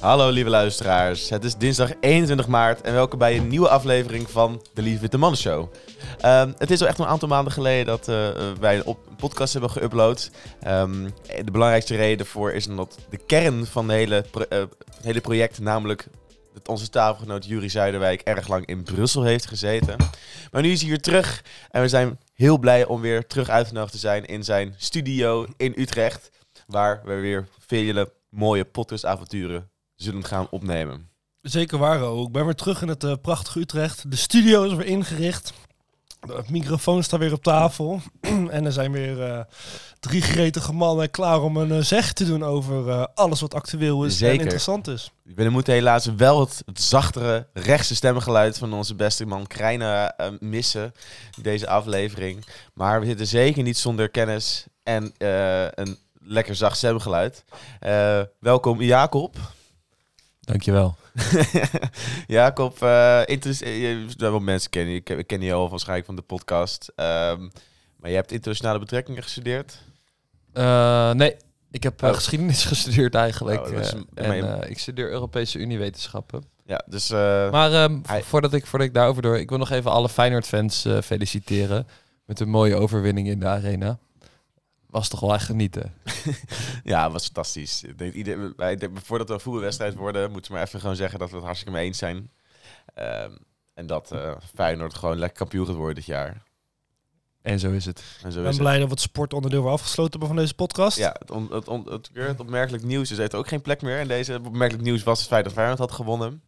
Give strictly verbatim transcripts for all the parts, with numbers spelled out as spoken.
Hallo lieve luisteraars, het is dinsdag eenentwintig maart en welkom bij een nieuwe aflevering van de Lieve Witte Mannen Show. Um, het is al echt een aantal maanden geleden dat uh, wij een, op- een podcast hebben geüpload. Um, de belangrijkste reden daarvoor is omdat de kern van de hele pro- uh, het hele project, namelijk dat onze tafelgenoot Juri Zuiderwijk erg lang in Brussel heeft gezeten. Maar nu is hij weer terug en we zijn heel blij om weer terug uitgenodigd te zijn in zijn studio in Utrecht, waar we weer vele mooie podcastavonturen zullen gaan opnemen. Zeker waar ook. Ik ben weer terug in het uh, prachtige Utrecht. De studio is weer ingericht. De microfoon staat weer op tafel. En er zijn weer uh, drie gretige mannen klaar om een uh, zeg te doen over uh, alles wat actueel is Zeker. en interessant is. We moeten helaas wel het, het zachtere, rechtse stemgeluid van onze beste man Krijnen uh, missen. Deze aflevering. Maar we zitten zeker niet zonder kennis en uh, een lekker zacht stemgeluid. Uh, welkom Jacob. Dankjewel. Jacob, uh, inter- uh, wel mensen kennen je. Ik ken je al waarschijnlijk van de podcast. Um, maar je hebt internationale betrekkingen gestudeerd? Uh, nee, ik heb uh, Oh. geschiedenis gestudeerd eigenlijk. Oh, dat is uh, een- en maar- uh, ik studeer Europese Uniewetenschappen. Ja, dus... Uh, Maar um, hij- voordat, ik, voordat ik daarover door... Ik wil nog even alle Feyenoord-fans uh, feliciteren met een mooie overwinning in de arena. Was toch wel echt genieten. Ja, het was fantastisch. Ik denk, ieder, wij, de, voordat we een voetbalwedstrijd worden, moeten we maar even gewoon zeggen dat we het hartstikke mee eens zijn. Um, en dat uh, Feyenoord gewoon lekker kampioen gaat worden dit jaar. En zo is het. En zo Ik ben is blij dat we het sportonderdeel weer afgesloten hebben van deze podcast. het. Ja, het, on, het, on, het, het opmerkelijk nieuws is, heeft ook geen plek meer. En deze opmerkelijk nieuws was het feit dat Feyenoord had gewonnen.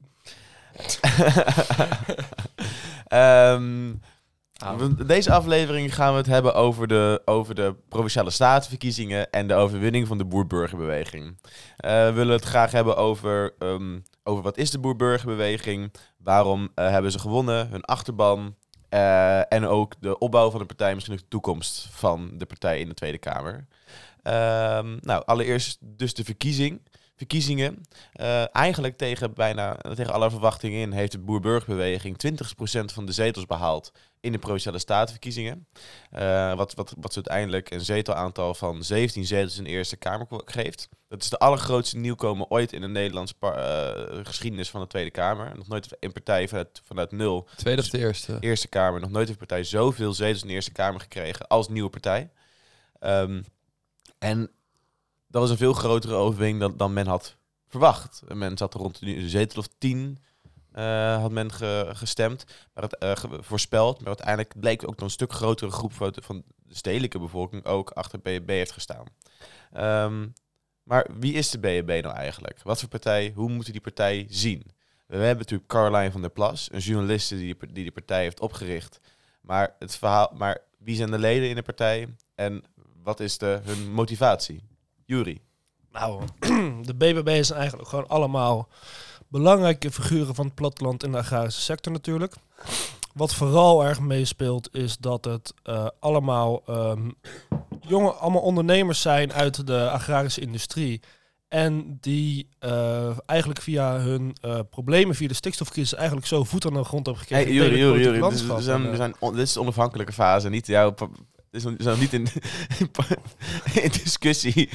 um, We- Deze aflevering gaan we het hebben over de, over de Provinciale Statenverkiezingen en de overwinning van de boer-burgerbeweging. Uh, we willen het graag hebben over, um, over wat is de boer-burgerbeweging, waarom uh, hebben ze gewonnen, hun achterban uh, en ook de opbouw van de partij, misschien ook de toekomst van de partij in de Tweede Kamer. Um, nou, allereerst dus de verkiezing. Verkiezingen. Uh, eigenlijk tegen bijna tegen alle verwachtingen in heeft de boer-burgerbeweging twintig procent van de zetels behaald in de Provinciale Statenverkiezingen. Uh, wat, wat, wat ze uiteindelijk een zetelaantal van zeventien zetels in de Eerste Kamer geeft. Dat is de allergrootste nieuwkomer ooit in de Nederlandse par- uh, geschiedenis van de Tweede Kamer. Nog nooit een partij vanuit, vanuit nul. Tweede of de eerste? Eerste Kamer. Nog nooit een partij zoveel zetels in de Eerste Kamer gekregen als nieuwe partij. Um, en dat was een veel grotere overwinning dan, dan men had verwacht. Men zat rond de zetel of tien, uh, had men ge, gestemd, maar het, uh, ge, voorspeld. Maar uiteindelijk bleek ook nog een stuk grotere groep van de, van de stedelijke bevolking ook achter B B B heeft gestaan. Um, maar wie is de B B B nou eigenlijk? Wat voor partij? Hoe moeten die partij zien? We hebben natuurlijk Caroline van der Plas, een journaliste die die, die partij heeft opgericht. Maar, het verhaal, maar wie zijn de leden in de partij en wat is de, hun motivatie? Juri. Nou, de B B B zijn eigenlijk gewoon allemaal belangrijke figuren van het platteland in de agrarische sector natuurlijk. Wat vooral erg meespeelt is dat het uh, allemaal um, jonge, allemaal ondernemers zijn uit de agrarische industrie. En die uh, eigenlijk via hun uh, problemen, via de stikstofcrisis, eigenlijk zo voet aan de grond hebben gekregen. Hey, in het Juri, hele Juri, politieke Juri. Dus, landschap. we zijn, En, we uh, zijn on, dit is de onafhankelijke fase, niet jouw... pa- Dit is nog, we zijn nog niet in, in discussie.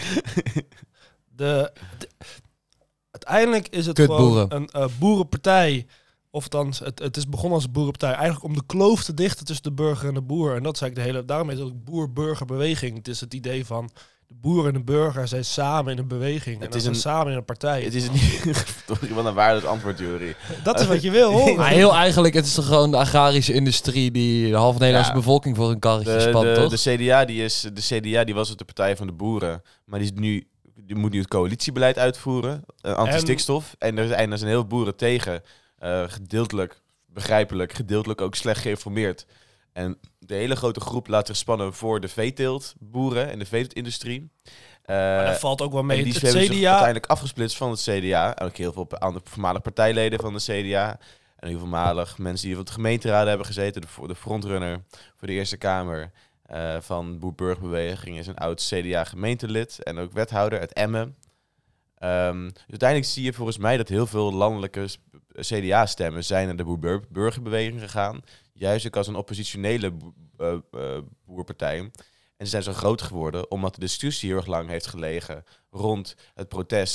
De, de, uiteindelijk is het Kutboeren. gewoon een uh, boerenpartij. Of althans, het, het is begonnen als een boerenpartij. Eigenlijk om de kloof te dichten tussen de burger en de boer. En dat is eigenlijk de hele... Daarom is het ook boer-burgerbeweging. Het is het idee van de boer en de burger zijn samen in een beweging. Het en is zijn een- samen in een partij. Het is niet... Sorry, wat een waardig antwoord, Juri. Dat is wat je wil, hoor. Maar heel eigenlijk, het is toch gewoon de agrarische industrie die de halve Nederlandse Ja. bevolking voor een karretje De, spant, de, toch? de, C D A, die is, de C D A die was het de partij van de boeren. Maar die, is nu, die moet nu het coalitiebeleid uitvoeren. Uh, anti-stikstof. En er zijn, er zijn heel veel boeren tegen. Uh, gedeeltelijk begrijpelijk. Gedeeltelijk ook slecht geïnformeerd. En de hele grote groep laat zich spannen voor de veeteeltboeren en de veeteeltindustrie. Uh, Maar dat valt ook wel mee. en die Het hebben zich C D A... uiteindelijk afgesplitst van het C D A. En ook heel veel andere voormalige partijleden van de C D A. En heel voormalig mensen die op de gemeenteraden hebben gezeten. De, de frontrunner voor de Eerste Kamer uh, van Boer-Burgerbeweging is een oud C D A gemeentelid. En ook wethouder uit Emmen. Um, dus uiteindelijk zie je volgens mij dat heel veel landelijke C D A-stemmen zijn naar de Boer-Burgerbeweging gegaan. Juist ook als een oppositionele bo- uh, uh, boerpartij. En ze zijn zo groot geworden omdat de discussie heel erg lang heeft gelegen rond het protest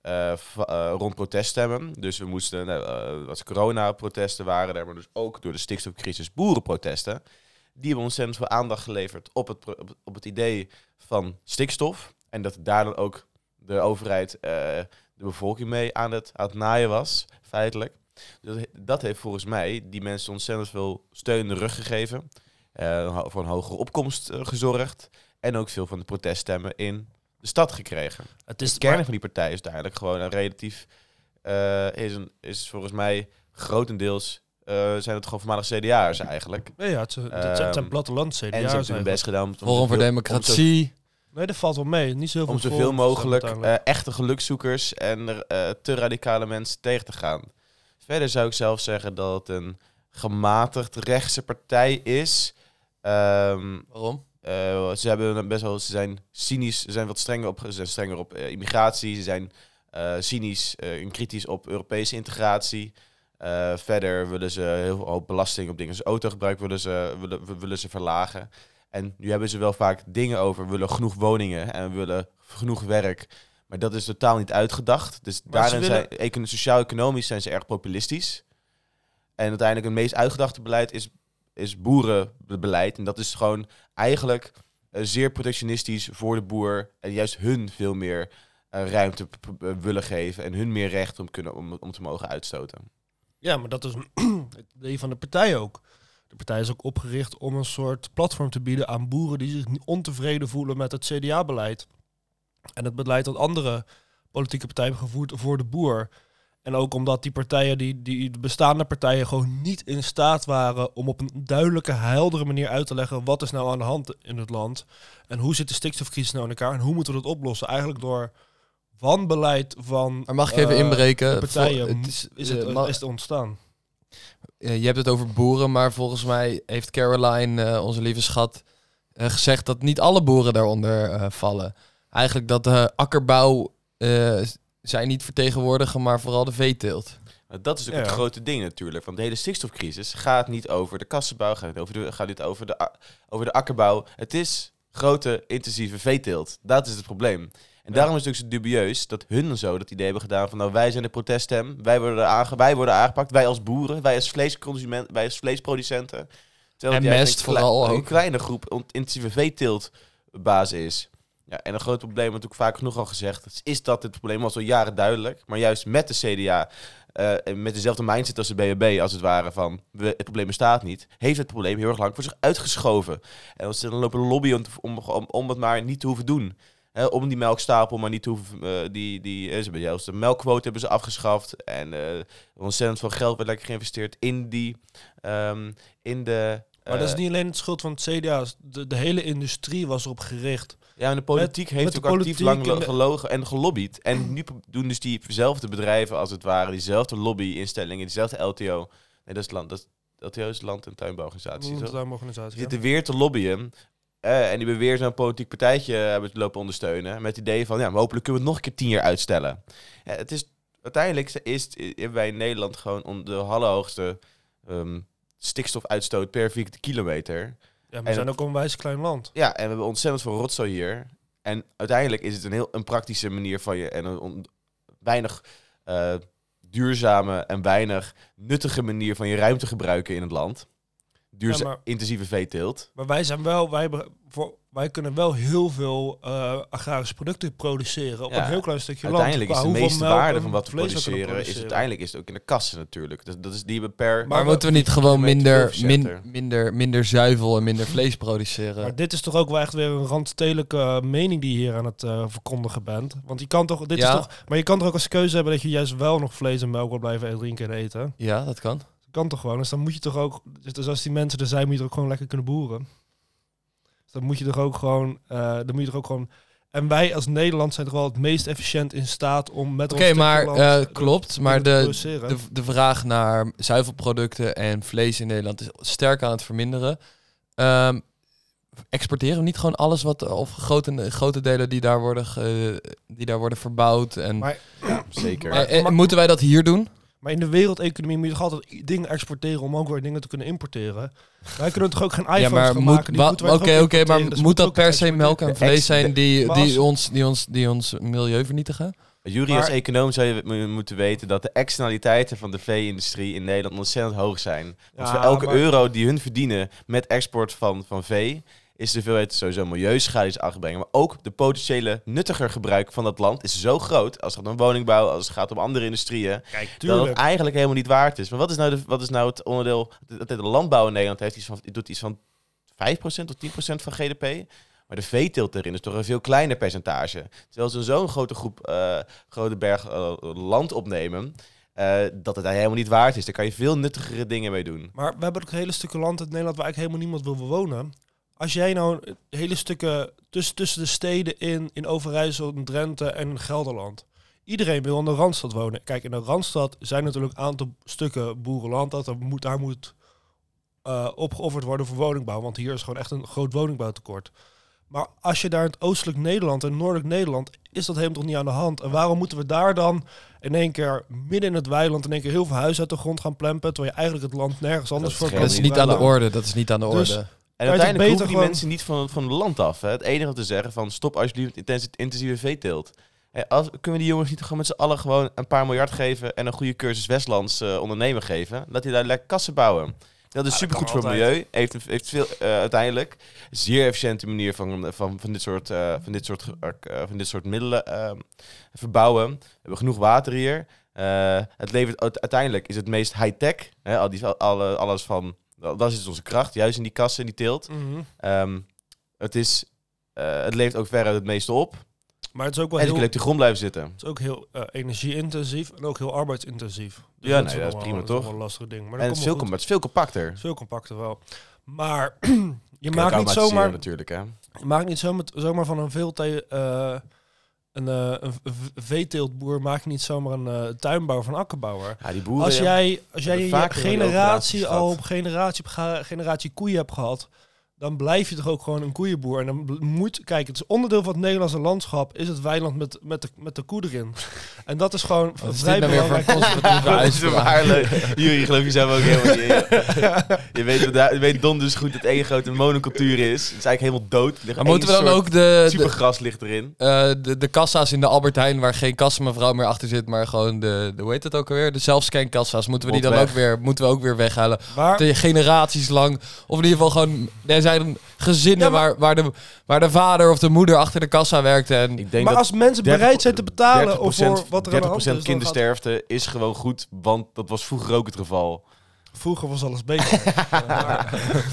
uh, v- uh, rond proteststemmen. Dus we moesten, uh, als corona-protesten waren er, maar dus ook door de stikstofcrisis boerenprotesten. Die hebben ontzettend veel aandacht geleverd op het, pro- op het idee van stikstof. En dat daar dan ook de overheid uh, de bevolking mee aan het, aan het naaien was, feitelijk. Dus dat heeft volgens mij die mensen ontzettend veel steun in de rug gegeven. Uh, voor een hogere opkomst uh, gezorgd. En ook veel van de proteststemmen in de stad gekregen. Het is De kern van die partij is duidelijk gewoon een relatief... Uh, is, een, is volgens mij grotendeels... Uh, zijn het gewoon voormalig C D A'ers eigenlijk. Ja, ja, het, zijn- het zijn- het zijn platteland C D A's. En ze hebben hun eigenlijk. best gedaan... om Forum voor zoveel- Democratie. Nee, dat valt wel mee. Niet zoveel Om zoveel voor- mogelijk uiteindelijk. uh, echte gelukzoekers en uh, te radicale mensen tegen te gaan. Verder zou ik zelf zeggen dat het een gematigd rechtse partij is. Um, Waarom? uh, ze hebben best wel, ze zijn cynisch, ze zijn wat strenger op, ze zijn strenger op uh, immigratie, ze zijn uh, cynisch uh, en kritisch op Europese integratie. Uh, verder willen ze heel veel hoop belasting op dingen als autogebruik willen ze, willen, willen ze verlagen. En nu hebben ze wel vaak dingen over, we willen genoeg woningen en we willen genoeg werk. Maar dat is totaal niet uitgedacht. Dus Maar daarin ze willen- zijn econ- sociaal-economisch zijn ze erg populistisch. En uiteindelijk het meest uitgedachte beleid is, is boerenbeleid. En dat is gewoon eigenlijk uh, zeer protectionistisch voor de boer. En juist hun veel meer uh, ruimte p- p- willen geven. En hun meer recht om, kunnen, om, om te mogen uitstoten. Ja, maar dat is het idee van de partij ook. De partij is ook opgericht om een soort platform te bieden aan boeren die zich niet ontevreden voelen met het C D A-beleid. En het beleid dat andere politieke partijen hebben gevoerd voor de boer. En ook omdat die partijen, die, die de bestaande partijen, gewoon niet in staat waren om op een duidelijke, heldere manier uit te leggen wat is nou aan de hand in het land. En hoe zit de stikstofcrisis nou in elkaar en hoe moeten we dat oplossen? Eigenlijk door wanbeleid van Maar mag ik even eh, inbreken? de partijen Vol- is, het is, is, het, eh, ma- is het ontstaan. Eh, je hebt het over boeren, maar volgens mij heeft Caroline, eh, onze lieve schat, eh, gezegd dat niet alle boeren daaronder eh, vallen. Eigenlijk dat de akkerbouw eh, zij niet vertegenwoordigen, maar vooral de veeteelt. Maar dat is ook Ja, het ja. grote ding natuurlijk. Want de hele stikstofcrisis gaat niet over de kassenbouw, gaat niet over de, gaat niet over de, a- over de akkerbouw. Het is grote, intensieve veeteelt. Dat is het probleem. En Ja. daarom is het ook zo dubieus dat hun zo dat idee hebben gedaan van nou wij zijn de proteststem, wij worden, aange, wij worden aangepakt, wij als boeren, wij als vleesconsumenten, wij als vleesproducenten. Terwijl En het juist mest een klei- vooral een ook. kleine groep ont- intensieve veeteeltbaas is. Ja, en een groot probleem, wat ook vaak genoeg al gezegd, is dat het probleem was al jaren duidelijk, maar juist met de C D A, uh, en met dezelfde mindset als de B B B, als het ware van we, het probleem bestaat niet, heeft het probleem heel erg lang voor zich uitgeschoven. En als ze dan lopen lobbyen om, om, om, om het maar niet te hoeven doen. Hè, om die melkstapel maar niet te hoeven, uh, die, die, uh, ze hebben zelfs de melkquote hebben ze afgeschaft en uh, ontzettend veel geld werd lekker geïnvesteerd in die, um, in de... Maar dat is uh, niet alleen het schuld van het C D A. De, de hele industrie was erop gericht. Ja, en de politiek Met- heeft met ook de actief politiek lang en de- gelogen en gelobbyd. En nu pro- doen dus diezelfde bedrijven als het ware, diezelfde lobbyinstellingen, diezelfde L T O. Nee, dat is land. Dat is, L T O is land- en tuinbouworganisatie. Dat toch? is een organisatie. Die Ja. zitten weer te lobbyen. eh, en die hebben weer zo'n politiek partijtje hebben te lopen ondersteunen. Met het idee van, ja, maar hopelijk kunnen we het nog een keer tien jaar uitstellen. Ja, het is, uiteindelijk is, hebben wij in Nederland gewoon om de allerhoogste um, stikstofuitstoot per vierkante kilometer. Ja, we en zijn het- ook een onwijs klein land. Ja, en we hebben ontzettend veel rotzooi hier. En uiteindelijk is het een heel een praktische manier van je en een on- weinig eh, duurzame en weinig nuttige manier van je ruimte gebruiken in het land. Duurza- Ja, maar- intensieve veeteelt. Maar wij zijn wel, wij, hebben voor, wij kunnen wel heel veel uh, agrarische producten produceren op Ja, een heel klein stukje Uiteindelijk land. is de Qua meeste hoeveel melk waarde en van wat we vlees kunnen produceren, is uiteindelijk is het ook in de kassen natuurlijk. Dat, dat is die hebben per. Maar, Maar we- moeten we niet gewoon minder, kilometer min, minder, minder zuivel en minder vlees produceren? Maar dit is toch ook wel echt weer een randstedelijke mening die je hier aan het uh, verkondigen bent. Want je kan toch, dit Ja. is toch, maar je kan toch ook als keuze hebben dat je juist wel nog vlees en melk wil blijven drinken en eten. Ja, dat kan. Dat kan toch gewoon. Dus dan moet je toch ook, dus als die mensen er zijn, moet je toch ook gewoon lekker kunnen boeren. Dus dan moet je toch ook gewoon, uh, dan moet je toch ook gewoon. En wij als Nederland zijn toch wel het meest efficiënt in staat om met. Oké, ons maar stukje land uh, klopt. dingen Maar te de, produceren. de, de vraag naar zuivelproducten en vlees in Nederland is sterk aan het verminderen. Um, exporteren we niet gewoon alles wat, of grote, grote delen die daar worden, ge, die daar worden verbouwd? En, Maar, Zeker. Maar- Eh, eh, moeten wij dat hier doen? maar in de wereldeconomie moet je toch altijd i- dingen exporteren om ook weer dingen te kunnen importeren. Wij kunnen toch ook geen iPhones Ja, maar gaan moet, maken. die wa- moeten wij oké, toch ook oké, maar importeren, dus moet dat moeten we per ook se melk en exporteren. vlees zijn die, Maar die, als- ons, die, ons, die ons milieu vernietigen? Jury, Maar- als econoom zou je m- moeten weten dat de externaliteiten van de vee-industrie in Nederland ontzettend hoog zijn. Want Ja, voor elke maar- euro die hun verdienen met export van, van vee, is de hoeveelheid sowieso milieuschade die ze aanbrengen. Maar ook de potentiële nuttiger gebruik van dat land is zo groot, als het gaat om woningbouw, als het gaat om andere industrieën, Kijk, dat tuurlijk. het eigenlijk helemaal niet waard is. Maar wat is nou, de, wat is nou het onderdeel? De, de landbouw in Nederland heeft iets van, doet iets van vijf procent tot tien procent van G D P. Maar de veeteelt erin is toch een veel kleiner percentage. Terwijl ze zo'n grote groep, uh, grote berg uh, land opnemen, uh, dat het daar helemaal niet waard is. Daar kan je veel nuttigere dingen mee doen. Maar we hebben ook hele stukken land in Nederland waar eigenlijk helemaal niemand wil wonen. Als jij nou hele stukken tussen, tussen de steden in, in Overijssel, in Drenthe en in Gelderland. Iedereen wil in de Randstad wonen. Kijk, in de Randstad zijn natuurlijk een aantal stukken boerenland. Dat er moet, daar moet uh, opgeofferd worden voor woningbouw. Want hier is gewoon echt een groot woningbouwtekort. Maar als je daar in het oostelijk Nederland en noordelijk Nederland, is dat helemaal toch niet aan de hand. En waarom moeten we daar dan in één keer midden in het weiland in één keer heel veel huizen uit de grond gaan plempen, terwijl je eigenlijk het land nergens anders is voor geen- Dat is kan niet aan de ontwikkelen? orde. Dat is niet aan de Dus- orde. En Kan je uiteindelijk toch hoeven die beter mensen niet van, van het land af. Hè. Het enige wat te zeggen van stop alsjeblieft met intensi- intensieve veeteelt. Hey, als, kunnen we die jongens niet gewoon met z'n allen gewoon een paar miljard geven en een goede cursus Westlands uh, ondernemen geven? Laat die daar lekker kassen bouwen. Dat is Ja, dat supergoed kan voor het altijd. milieu. Heeft, een- heeft veel uh, uiteindelijk zeer efficiënte manier van, van, van, dit, soort, uh, van, dit, soort, uh, van dit soort middelen uh, verbouwen. We hebben genoeg water hier. Uh, het levert uiteindelijk is het meest high-tech. Hè, al die, alle, alles van, dat is onze kracht, juist in die kassen, in die teelt. Mm-hmm. Um, het, is, uh, het levert ook verder het meeste op. Maar het is ook wel En heel, ze kunnen op die grond blijven zitten. het is ook heel uh, energie-intensief en ook heel arbeidsintensief. Dus Ja, dat nee, dat is wel- prima, dat toch? is wel een lastig ding. Maar En dat het is, komt veel, wel maar het is veel compacter. goed. Veel compacter wel. Maar je Kun je maakt ook niet automatiseren zomaar, natuurlijk, hè. je maakt niet zomaar, zomaar van een veel te, uh, een, uh, een v- veeteeltboer maak je niet zomaar een uh, tuinbouwer van akkerbouwer. Ja, die boeren... Als jij, als jij hebben je vaker van die generatie operaties al gehad. op generatie op ga- generatie koeien hebt gehad, dan blijf je toch ook gewoon een koeienboer. En dan bl- moet, kijk, het is onderdeel van het Nederlandse landschap, is het weiland met, met, de, met de koe erin. En dat is gewoon Wat is vrij dit nou weer voor belangrijk. een conservatieve dat is een uitspraak? waarlijk. Jullie geloof je zelf ook helemaal niet. Je weet, je weet donders goed dat het één grote monocultuur is. Het is eigenlijk helemaal dood. Er ligt Maar moeten we één dan soort ook de, de, supergras ligt erin. eh, de, de kassa's in de Albert Heijn, waar geen kassamevrouw meer achter zit, maar gewoon de, de hoe heet het ook alweer? De zelfscankassa's, moeten we die dan Bot ook weg. weer, moeten we ook weer weghalen? Maar, De generaties lang. Of in ieder geval gewoon, er zijn gezinnen Ja, maar- waar, waar, de, waar de vader of de moeder achter de kassa werkte. En Ik denk maar dat als mensen dertig bereid zijn te betalen of voor wat er aan de hand is, dertig procent dan gaat- kindersterfte is gewoon goed, want dat was vroeger ook het geval. Vroeger was alles beter. maar,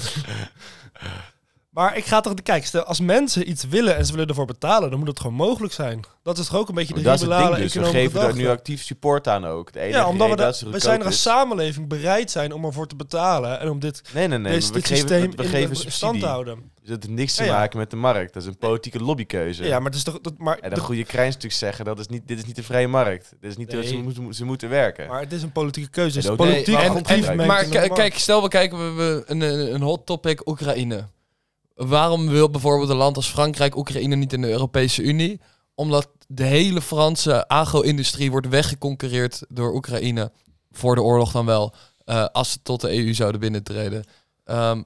maar ik ga toch... Kijk, stel, als mensen iets willen en ze willen ervoor betalen, dan moet het gewoon mogelijk zijn. Dat is toch ook een beetje de Maar dat is het liberale ding dus. We economische geven daar nu gedachte. actief support aan ook. De enige Ja, omdat we, reden dat da- ze we goedkoop zijn er als is- samenleving bereid zijn om ervoor te betalen en om dit, Nee, nee, nee. dit, maar we dit geven, systeem we in, geven in stand subsidie. te houden. Dus dat heeft niks te Ja, ja. maken met de markt. Dat is een politieke lobbykeuze. Ja, maar het is toch... Dat, maar, En dan de- goede krijns natuurlijk zeggen, dat is niet, dit is niet de vrije markt. Dit is niet dat ze Nee. moeten, ze moeten werken. maar het is een politieke keuze. Het En is ook- politiek Nee, en, actief en- mengen maar in de k- markt. kijk, stel we kijken we, we een, een, een hot topic Oekraïne. Waarom wil bijvoorbeeld een land als Frankrijk Oekraïne niet in de Europese Unie? Omdat de hele Franse agro-industrie wordt weggeconcureerd door Oekraïne. Voor de oorlog dan wel. Uh, als ze tot de E U zouden binnentreden. Um,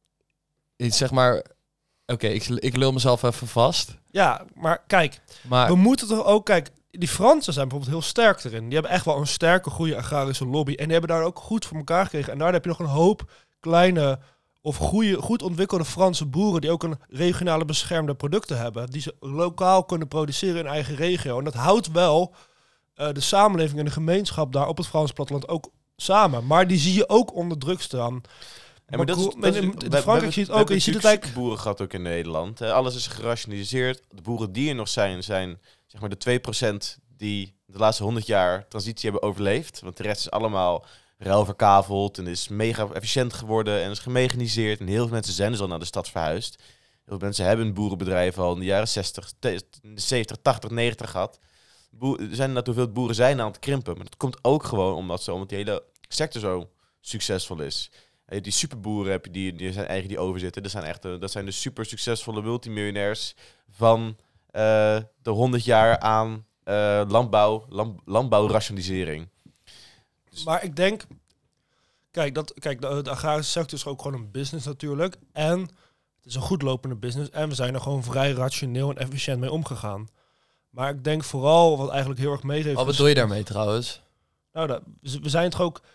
ik zeg maar... Oké, okay, ik, ik lul mezelf even vast. Ja, maar kijk, Maar we moeten toch ook... Kijk, die Fransen zijn bijvoorbeeld heel sterk erin. Die hebben echt wel een sterke, goede agrarische lobby. En die hebben daar ook goed voor elkaar gekregen. En daar heb je nog een hoop kleine of goede, goed ontwikkelde Franse boeren die ook een regionale beschermde producten hebben. Die ze lokaal kunnen produceren in eigen regio. En dat houdt wel uh, de samenleving en de gemeenschap daar op het Frans platteland ook samen. Maar die zie je ook onder druk staan. Ja, maar dat is, Macron- dat is- in- in we- we Frankrijk hebben- zie je het we ook. En je ziet het eigenlijk... boeren gehad ook in Nederland. Hè. Alles is gerationaliseerd. De boeren die er nog zijn, zijn zeg maar de twee procent die de laatste honderd jaar transitie hebben overleefd. Want de rest is allemaal ruilverkaveld en is mega efficiënt geworden en is gemechaniseerd. En heel veel mensen zijn dus al naar de stad verhuisd. Heel veel mensen hebben een boerenbedrijf al in de jaren zestig, zeventig, tachtig, negentig gehad. Boer, er zijn net hoeveel boeren zijn aan het krimpen. Maar dat komt ook gewoon omdat, zo, omdat die hele sector zo succesvol is. En die superboeren heb je die, die zijn eigen die overzitten. Dat zijn echt de, dat zijn de super succesvolle multimiljonairs van uh, de honderd jaar aan uh, landbouw, land, landbouwrationalisering. Dus Maar ik denk, kijk, dat, kijk de, de agrarische sector is ook gewoon een business natuurlijk. En het is een goed lopende business. En we zijn er gewoon vrij rationeel en efficiënt mee omgegaan. Maar ik denk vooral wat eigenlijk heel erg meegeeft... Wat bedoel je daarmee trouwens? Nou, dat, we zijn toch ook...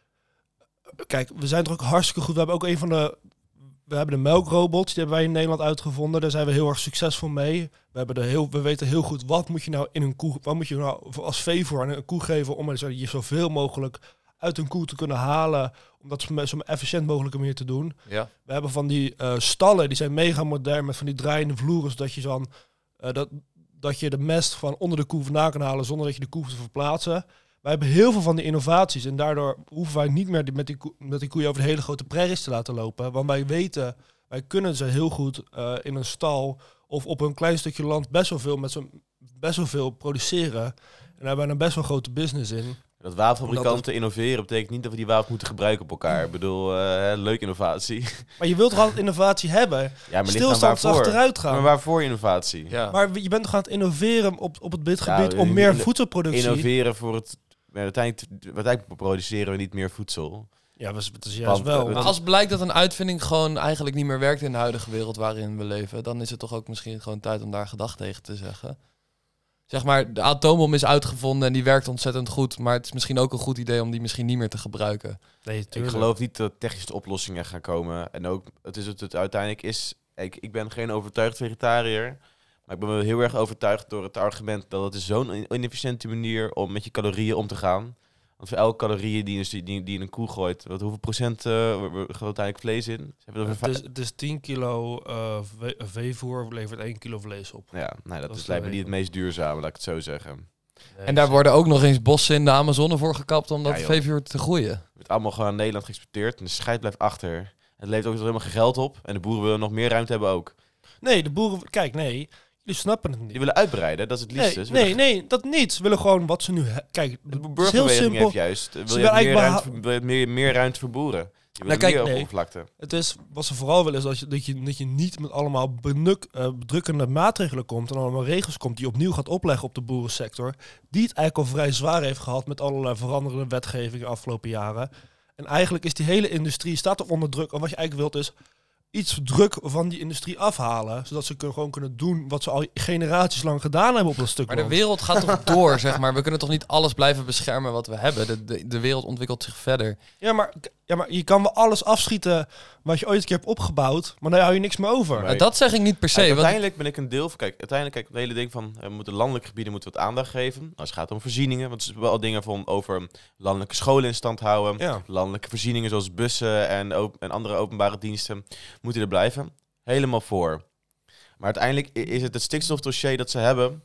Kijk, we zijn toch ook hartstikke goed. We hebben ook een van de... We hebben de melkrobots, die hebben wij in Nederland uitgevonden. Daar zijn we heel erg succesvol mee. We, hebben de heel, we weten heel goed, wat moet je nou in een koe... Wat moet je nou als veevoer aan een koe geven... om je zoveel mogelijk uit een koe te kunnen halen... om dat op zo'n efficiënt mogelijke manier te doen. Ja. We hebben van die uh, stallen, die zijn mega modern... met van die draaiende vloeren, zodat je dan... Uh, dat, dat je de mest van onder de koe vandaan kan halen... zonder dat je de koe hoeft te verplaatsen... Wij hebben heel veel van die innovaties en daardoor hoeven wij niet meer die, met, die koe, met die koeien over de hele grote prairies te laten lopen. Want wij weten, wij kunnen ze heel goed uh, in een stal of op een klein stukje land best wel veel, met zo'n, best wel veel produceren. En daar hebben we een best wel grote business in. Dat wapenfabrikanten dat innoveren betekent niet dat we die wapen moeten gebruiken op elkaar. Ik bedoel, uh, leuk innovatie. Maar je wilt toch altijd innovatie hebben? Ja, maar stilstand is achteruit gaan. Maar waarvoor innovatie? Ja. Maar je bent toch aan het innoveren op, op het gebied Ja, om meer inno- voedselproductie. Innoveren voor het... Maar uiteindelijk, uiteindelijk produceren we niet meer voedsel. Ja, dat is, dat is juist Want, wel. uh, Maar als blijkt dat een uitvinding gewoon eigenlijk niet meer werkt in de huidige wereld waarin we leven, dan is het toch ook misschien gewoon tijd om daar gedag tegen te zeggen. Zeg maar, de atoombom is uitgevonden en die werkt ontzettend goed, maar het is misschien ook een goed idee om die misschien niet meer te gebruiken. Nee, Ik tuurlijk. geloof niet dat technische oplossingen gaan komen. En ook, het is het, het uiteindelijk is... Ik, ik ben geen overtuigd vegetariër. Maar ik ben wel heel erg overtuigd door het argument dat het is zo'n inefficiënte manier om met je calorieën om te gaan. Want voor elke calorieën die, die, die, die in een koe gooit, wat, hoeveel procent uh, gaat uiteindelijk vlees in? Ze hebben er Het is, het is tien kilo uh, ve- veevoer levert één kilo vlees op. Ja, nou, dat, Dat is is lijkt me wel niet het meest duurzame, laat ik het zo zeggen. Nee, En daar worden ook nog eens bossen in de Amazone voor gekapt om dat Ja, joh. veevoer te groeien. Het wordt allemaal gewoon in Nederland geëxporteerd en de scheid blijft achter. Het levert ook helemaal geen geld op en de boeren willen nog meer ruimte hebben ook. Nee, de boeren... Kijk, nee. Jullie snappen het niet. Die willen uitbreiden, dat is het liefste. Nee, Ze nee, willen- nee, dat niet. Ze willen gewoon wat ze nu... he- Kijk, De het is heel burgerbeweging simpel. heeft juist. Wil Ze je willen meer eigenlijk ruimte, beha- wil je meer, meer ruimte voor boeren? Die willen kijk, meer nee. oppervlakte. Het is, wat ze vooral willen is dat je, dat je, dat je niet met allemaal benuk, uh, bedrukkende maatregelen komt en allemaal regels komt die je opnieuw gaat opleggen op de boerensector. Die het eigenlijk al vrij zwaar heeft gehad met allerlei veranderende wetgeving de afgelopen jaren. En eigenlijk is die hele industrie staat er onder druk. En wat je eigenlijk wilt is iets druk van die industrie afhalen. Zodat ze kunnen, gewoon kunnen doen wat ze al generaties lang gedaan hebben op dat stuk Maar de land. wereld gaat toch door, zeg maar. We kunnen toch niet alles blijven beschermen wat we hebben. De, de, de wereld ontwikkelt zich verder. Ja maar, ja, maar je kan wel alles afschieten wat je ooit een keer hebt opgebouwd. Maar dan hou je niks meer over. Nee. Maar dat zeg ik niet per se. Kijk, want uiteindelijk ben ik een deel van... Kijk, uiteindelijk kijk, het hele ding van... We moeten landelijke gebieden moeten wat aandacht geven. Als het gaat om voorzieningen. Want er zijn wel dingen van over landelijke scholen in stand houden. Ja. Landelijke voorzieningen zoals bussen en, op- en andere openbare diensten moeten er blijven. Helemaal voor. Maar uiteindelijk i- is het het stikstofdossier dat ze hebben...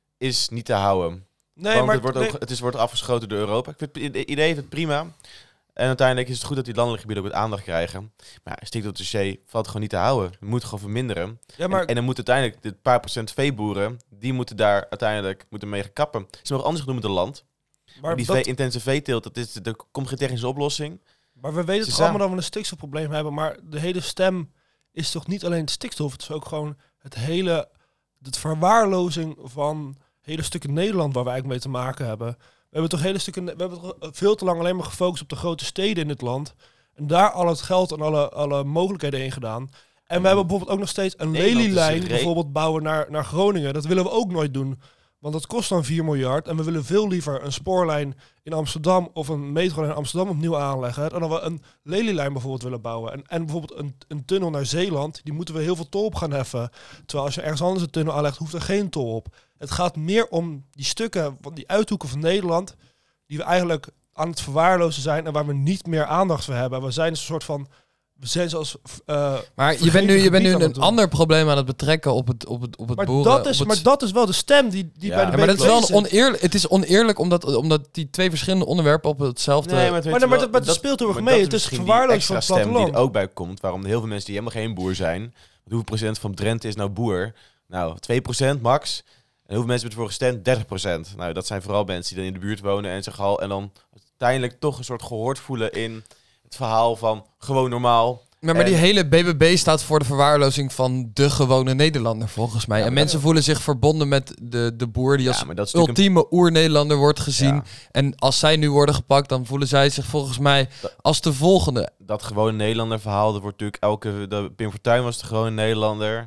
is niet te houden. Nee, Want maar het wordt, nee. ook, het is, wordt afgeschoten door Europa. Ik vind het i- idee vind het prima. En uiteindelijk is het goed dat die landelijke gebieden ook wat aandacht krijgen. Maar ja, stikstofdossier valt gewoon niet te houden. Het moet gewoon verminderen. Ja, maar En, en dan moet uiteindelijk dit paar procent veeboeren, die moeten daar uiteindelijk moeten mee gaan kappen. Ze mogen anders doen met het land. Maar maar die dat- vee- intense veeteelt, dat is, er komt geen technische oplossing. Maar we weten Ze toch allemaal zijn- dat we een stikstofprobleem hebben. Maar de hele stem is toch niet alleen het stikstof. Het is ook gewoon het hele... De verwaarlozing van hele stukken Nederland waar we eigenlijk mee te maken hebben. We hebben toch hele stukken... We hebben toch veel te lang alleen maar gefocust op de grote steden in het land. En daar al het geld en alle, alle mogelijkheden in gedaan. En we hebben bijvoorbeeld ook nog steeds een Nederland is lelielijn re- bijvoorbeeld bouwen naar, naar Groningen. Dat willen we ook nooit doen. Want dat kost dan vier miljard. En we willen veel liever een spoorlijn in Amsterdam of een metrolijn in Amsterdam opnieuw aanleggen. Dan dat we een lelielijn bijvoorbeeld willen bouwen. En, en bijvoorbeeld een, een tunnel naar Zeeland. Die moeten we heel veel tol op gaan heffen. Terwijl als je ergens anders een tunnel aanlegt, hoeft er geen tol op. Het gaat meer om die stukken, van die uithoeken van Nederland. Die we eigenlijk aan het verwaarlozen zijn. En waar we niet meer aandacht voor hebben. We zijn een soort van... We zijn zoals... uh, Maar je bent nu, je bent nu gebied aan een het doen. ander probleem aan het betrekken op het, op het, op het Maar, boeren. dat is, op het- maar dat is wel de stem die, die Ja. bij de Ja, maar dat is wel B B B een zit. oneerlijk. Het is oneerlijk omdat, omdat die twee verschillende onderwerpen op hetzelfde. Nee, het weet Maar, je maar, wel, dat, maar dat speelt heel erg maar mee. dat Het is misschien die verwaarloosd van extra het stem die platteland. er ook bij komt. Waarom heel veel mensen die helemaal geen boer zijn. Want hoeveel procent van Drenthe is nou boer? Nou, twee procent max. En hoeveel mensen hebben ervoor gestemd? dertig procent. Nou, dat zijn vooral mensen die dan in de buurt wonen en zich al... En dan uiteindelijk toch een soort gehoord voelen in het verhaal van gewoon normaal... Maar, maar die En- hele B B B staat voor de verwaarlozing van de gewone Nederlander, volgens mij. Ja, en maar mensen voelen zich verbonden met de, de boer die als Ja, maar dat is natuurlijk ultieme oer-Nederlander wordt gezien. Ja. En als zij nu worden gepakt, dan voelen zij zich volgens mij Dat- als de volgende. dat gewone Nederlander verhaal, dat wordt natuurlijk elke... De, Pim Fortuyn was de gewone Nederlander.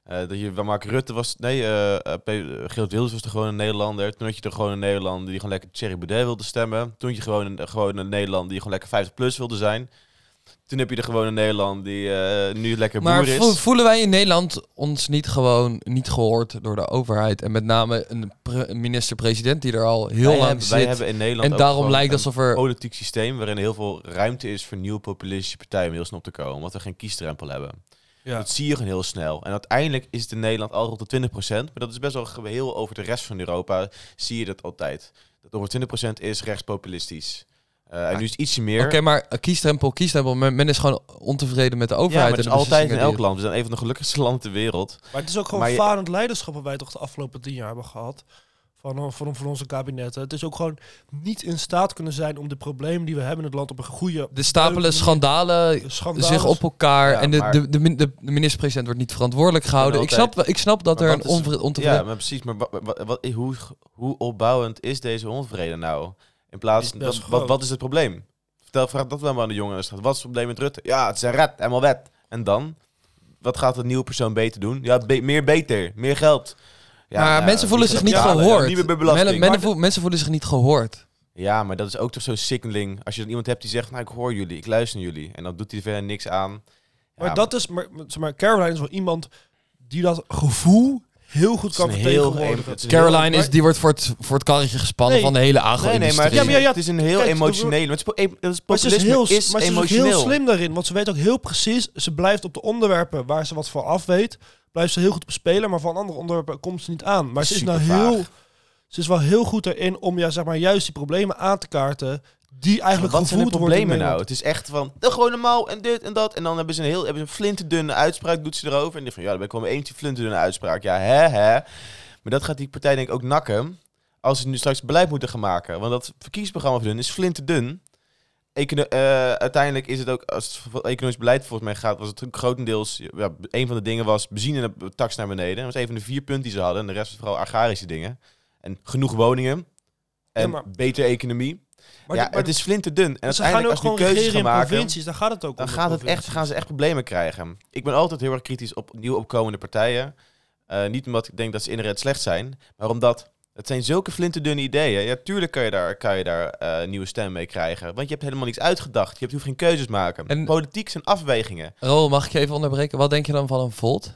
Uh, dat je, Mark Rutte was... Nee, uh, uh, Geert Wilders was er gewoon een Nederlander. Toen had je er gewoon een Nederlander die gewoon lekker Thierry Baudet wilde stemmen. Toen had je gewoon een, gewoon een Nederlander die gewoon lekker vijftig plus wilde zijn. Toen heb je er gewoon een Nederlander die uh, nu lekker maar boer is. Maar voelen wij in Nederland ons niet gewoon niet gehoord door de overheid? En met name een pre- minister-president die er al heel wij lang hebben, zit. Wij hebben in Nederland en daarom lijkt alsof er... een politiek systeem waarin heel veel ruimte is voor nieuwe populistische partijen om heel snel op te komen. Omdat we geen kiesdrempel hebben. Ja. Dat zie je gewoon heel snel. En uiteindelijk is het in Nederland al rond de twintig procent. Maar dat is best wel heel over de rest van Europa. Zie je dat altijd. Dat over twintig procent is rechtspopulistisch. Uh, ja. En nu is het ietsje meer. Oké, okay, maar kiesdrempel, kiesdrempel. Men, men is gewoon ontevreden met de overheid. Ja, maar het is altijd in elk die... land. We zijn een van de gelukkigste landen ter wereld. Maar het is ook gewoon falend je... leiderschap wat wij toch de afgelopen tien jaar hebben gehad. Van, van, van onze kabinetten. Het is ook gewoon niet in staat kunnen zijn om de problemen die we hebben in het land op een goede... De stapelen schandalen, schandalen zich op elkaar. Ja, en de, de, de, de, de minister-president wordt niet verantwoordelijk gehouden. Ik snap, ik snap dat maar er een onvrede... ontevreden... Ja, maar precies. Maar wat, wat, wat, hoe, hoe opbouwend is deze onvrede nou? In plaats van... Wat, wat, wat is het probleem? Vertel, vraag dat wel maar aan de jongen. Wat is het probleem met Rutte? Ja, het is een red. Helemaal wet. En dan? Wat gaat de nieuwe persoon beter doen? Ja, be- meer beter. Meer geld. Ja, maar nou, mensen voelen zich niet betalen, gehoord. Niet meer belasting. Men, men vo- mensen voelen zich niet gehoord. Ja, maar dat is ook toch zo'n sickening. Als je dan iemand hebt die zegt, nou ik hoor jullie, ik luister naar jullie. En dan doet hij er verder niks aan. Ja, maar dat is, maar, zeg maar, Caroline is wel iemand die dat gevoel heel goed kan vertegenwoordigen. Caroline heel, is, die wordt voor het, voor het karretje gespannen nee, van de hele agro-industrie. Nee, nee, maar, ja, maar ja, ja, het is een heel kijk, emotioneel. Het is, het is populisme is, heel, is maar ze emotioneel. is heel slim daarin, want ze weet ook heel precies, ze blijft op de onderwerpen waar ze wat van af weet, blijft ze heel goed op spelen, maar van andere onderwerpen komt ze niet aan. Maar ze is nou heel, ze is wel heel goed erin om ja, zeg maar, juist die problemen aan te kaarten die eigenlijk wat gevoeld zijn de worden. problemen nou? Het is echt van, de gewoon normaal en dit en dat. En dan hebben ze een heel hebben ze een flinterdunne uitspraak, doet ze erover. En die van, ja, dan ben ik wel een eentje flinterdunne uitspraak. Ja, hè, hè. Maar dat gaat die partij denk ik ook nakken als ze nu straks beleid moeten gaan maken. Want dat verkiezingsprogramma van hun is flinterdun. Econo- uh, uiteindelijk is het ook, als het economisch beleid volgens mij gaat, was het grotendeels, ja, een van de dingen was benzine tax naar beneden. Dat was een van de vier punten die ze hadden. En de rest was vooral agrarische dingen. En genoeg woningen. En ja, maar, beter economie. Maar, ja, maar het is flinterdun. En ze gaan ook als gewoon keuzes gaan maken, provincies, dan gaat het ook dan gaat het echt, gaan ze echt problemen krijgen. Ik ben altijd heel erg kritisch op nieuw opkomende partijen. Uh, niet omdat ik denk dat ze inherent slecht zijn, maar omdat het zijn zulke flinterdunne ideeën. Ja, tuurlijk kan je daar, kan je daar uh, nieuwe stemmen mee krijgen. Want je hebt helemaal niks uitgedacht. Je, hebt, je hoeft geen keuzes maken. En politiek zijn afwegingen. Rol, mag ik je even onderbreken? Wat denk je dan van een Volt?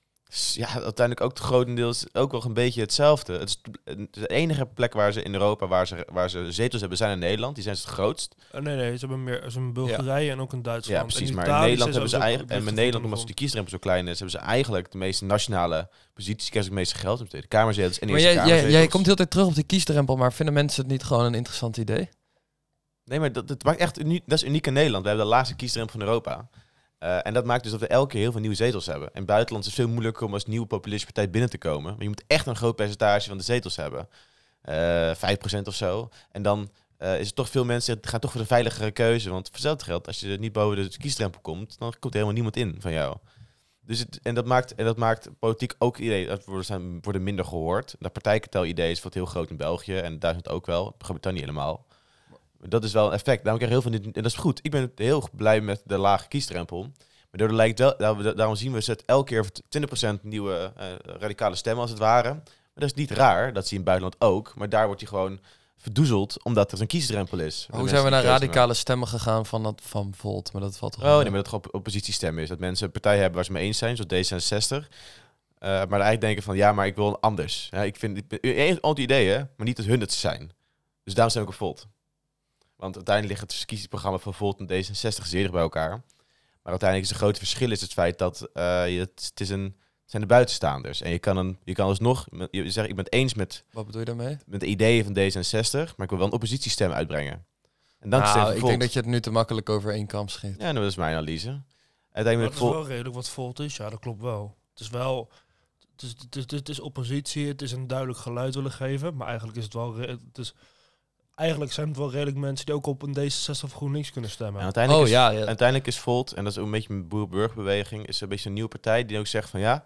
Ja, uiteindelijk ook grotendeels ook wel een beetje hetzelfde. Het is de enige plek waar ze in Europa waar ze, waar ze zetels hebben zijn in Nederland. Die zijn ze het grootst. Uh, nee, nee, ze hebben meer ze hebben Bulgarije ja. en ook in Duitsland. Ja, precies. Maar in Nederland hebben ze eigenlijk en met Nederland omdat de kiesdrempel zo klein is, hebben ze eigenlijk de meeste nationale posities, krijgen ze het meeste geld op de kamerzetels en maar jij, jij, jij komt heel tijd terug op de kiesdrempel, maar vinden mensen het niet gewoon een interessant idee? Nee, maar dat, dat maakt echt uniek, dat is uniek in Nederland. We hebben de laagste kiesdrempel van Europa. Uh, en dat maakt dus dat we elke keer heel veel nieuwe zetels hebben. In het buitenland is het veel moeilijker om als nieuwe populistische partij binnen te komen. Maar je moet echt een groot percentage van de zetels hebben. Uh, vijf procent of zo. En dan uh, is het toch veel mensen gaan toch voor de veiligere keuze. Want voor hetzelfde geld, als je niet boven de kiesdrempel komt, dan komt er helemaal niemand in van jou. Dus het, en, dat maakt, en dat maakt politiek ook idee. Dat worden, zijn, worden minder gehoord. Dat partijkartel-idee is wat heel groot in België. En Duitsland ook wel. Dat gebeurt dan niet helemaal. Dat is wel een effect. Daarom krijg je heel veel. En dat is goed. Ik ben heel blij met de lage kiesdrempel. Maar daardoor lijkt wel, daarom zien we het elke keer twintig procent nieuwe uh, radicale stemmen als het ware. Maar dat is niet raar. Dat zie je in het buitenland ook. Maar daar wordt hij gewoon verdoezeld omdat er een kiesdrempel is. Hoe zijn we naar radicale stemmen gegaan van dat van Volt? Maar dat valt toch. Oh nee, maar dat het gewoon oppositiestemmen is. Dat mensen een partij hebben waar ze mee eens zijn, zoals D zesenzestig. Uh, maar eigenlijk denken van ja, maar ik wil een anders. Ja, ik vind het anti-ideeën, maar niet dat hun het zijn. Dus daarom stem ik op Volt. Want uiteindelijk ligt het verkiezingsprogramma van Volt en D zesenzestig zeer dicht bij elkaar. Maar uiteindelijk is het grote verschil is het feit dat uh, je, het, het, is een, het zijn de buitenstaanders. En je kan, een, je kan alsnog, je zegt ik ben het eens met, wat bedoel je daarmee? Met de ideeën van D zesenzestig, maar ik wil wel een oppositiestem uitbrengen. En dan nou, ik denk dat je het nu te makkelijk over één kam schiet. Ja, nou, dat is mijn analyse. Uiteindelijk dat is wel redelijk wat Volt is, ja, dat klopt wel. Het is wel, het is, het is, het is oppositie, het is een duidelijk geluid willen geven, maar eigenlijk is het wel, het is... Eigenlijk zijn het wel redelijk mensen die ook op een D zesenzestig of GroenLinks kunnen stemmen. En uiteindelijk, oh, is, ja, ja. uiteindelijk is Volt, en dat is ook een beetje een boer-burgerbeweging, is een beetje een nieuwe partij die ook zegt van ja.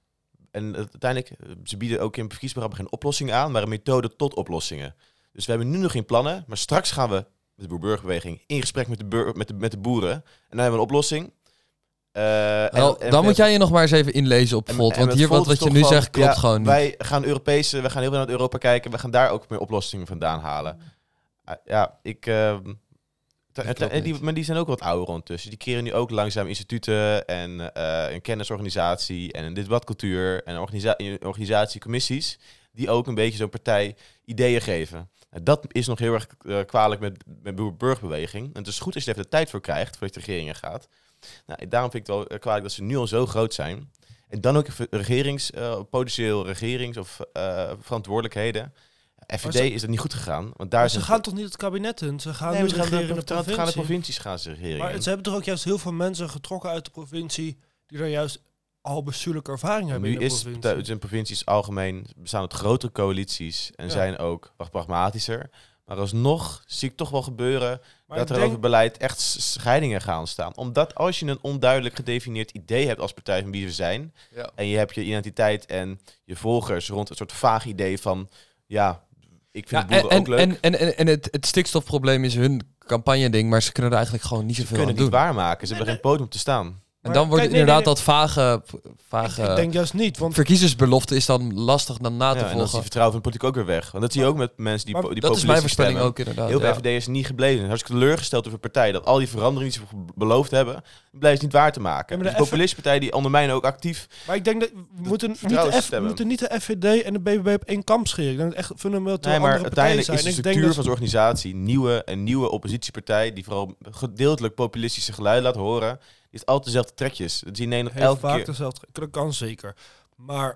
En uiteindelijk, ze bieden ook in het verkiezingsprogramma geen oplossingen aan, maar een methode tot oplossingen. Dus we hebben nu nog geen plannen, maar straks gaan we met de boer-burgerbeweging in gesprek met de, bur- met, de, met de boeren. En dan hebben we een oplossing. Uh, en, Wel, en, dan en, moet jij je nog maar eens even inlezen op en- Volt. en Want het hier wat, Volt is wat je toch nu van, zegt klopt ja, gewoon niet. Wij gaan Europese, we gaan heel veel naar Europa kijken. We gaan daar ook meer oplossingen vandaan halen. Uh, ja, ik... Uh, t- Dat t- klopt en die, niet. maar die zijn ook wat ouder ondertussen. Die creëren nu ook langzaam instituten en uh, een kennisorganisatie en een debatcultuur en organisa- organisatiecommissies die ook een beetje zo'n partij ideeën geven. Nou, dat is nog heel erg uh, kwalijk met, met boer-burgerbeweging. En het is goed als je er even de tijd voor krijgt, voordat je de regeringen gaat. Nou, daarom vind ik het wel kwalijk dat ze nu al zo groot zijn. En dan ook regerings, uh, potentieel regerings- of uh, verantwoordelijkheden. F V D ze, is dat niet goed gegaan. Want daar maar ze zijn gaan toch niet het kabinet in? Ze gaan nee, nu ze gaan regeren de, in de de, provincie. gaan de provincies gaan ze regeren. Maar ze hebben toch ook juist heel veel mensen getrokken uit de provincie die daar juist al bestuurlijke ervaring En hebben nu in de is provincie. het in provincies algemeen bestaan het grotere coalities en Ja. zijn ook wat pragmatischer. Maar alsnog zie ik toch wel gebeuren Maar dat ik er denk- over beleid echt s- scheidingen gaan ontstaan. Omdat als je een onduidelijk gedefinieerd idee hebt als partij van wie we zijn, Ja. en je hebt je identiteit en je volgers rond een soort vaag idee van, ja, ik vind Ja, de boeren en, ook leuk. en, en, en, en het, het stikstofprobleem is hun campagne-ding, maar ze kunnen er eigenlijk gewoon niet Ze zoveel kunnen aan het doen. niet waarmaken. Ze hebben geen podium om te staan. En Maar dan wordt kijk, het nee, inderdaad nee, dat vage, vage ik, ik denk juist niet, want verkiezersbelofte is dan lastig dan na te Ja, en dan is die volgen. vertrouwen van de politiek ook weer weg. Want dat zie je ook met mensen die, Maar po- die Dat is mijn populistisch voorspelling stemmen. ook inderdaad. Heel veel ja. F V D'ers niet gebleven. Hartstikke teleurgesteld over een partij. Dat al die veranderingen die ze beloofd hebben, blijven ze niet waar te maken. Ja, maar Dus de de F- populistische partij die ondermijnen ook actief. maar ik denk dat we moeten niet, de F, we vertrouwensstemmen. moeten niet de F V D en de B B B op één kamp scheren. Ik denk dat het echt fundamenteel Nee, maar andere partijen uiteindelijk zijn. is de Ik denk structuur dat- van zo'n organisatie, nieuwe, een nieuwe oppositiepartij, die vooral gedeeltelijk populistische geluiden laat horen, die heeft altijd dezelfde trekjes. Dat zie je in Nederland heel elke vaak keer. dezelfde. Dat kan zeker. Maar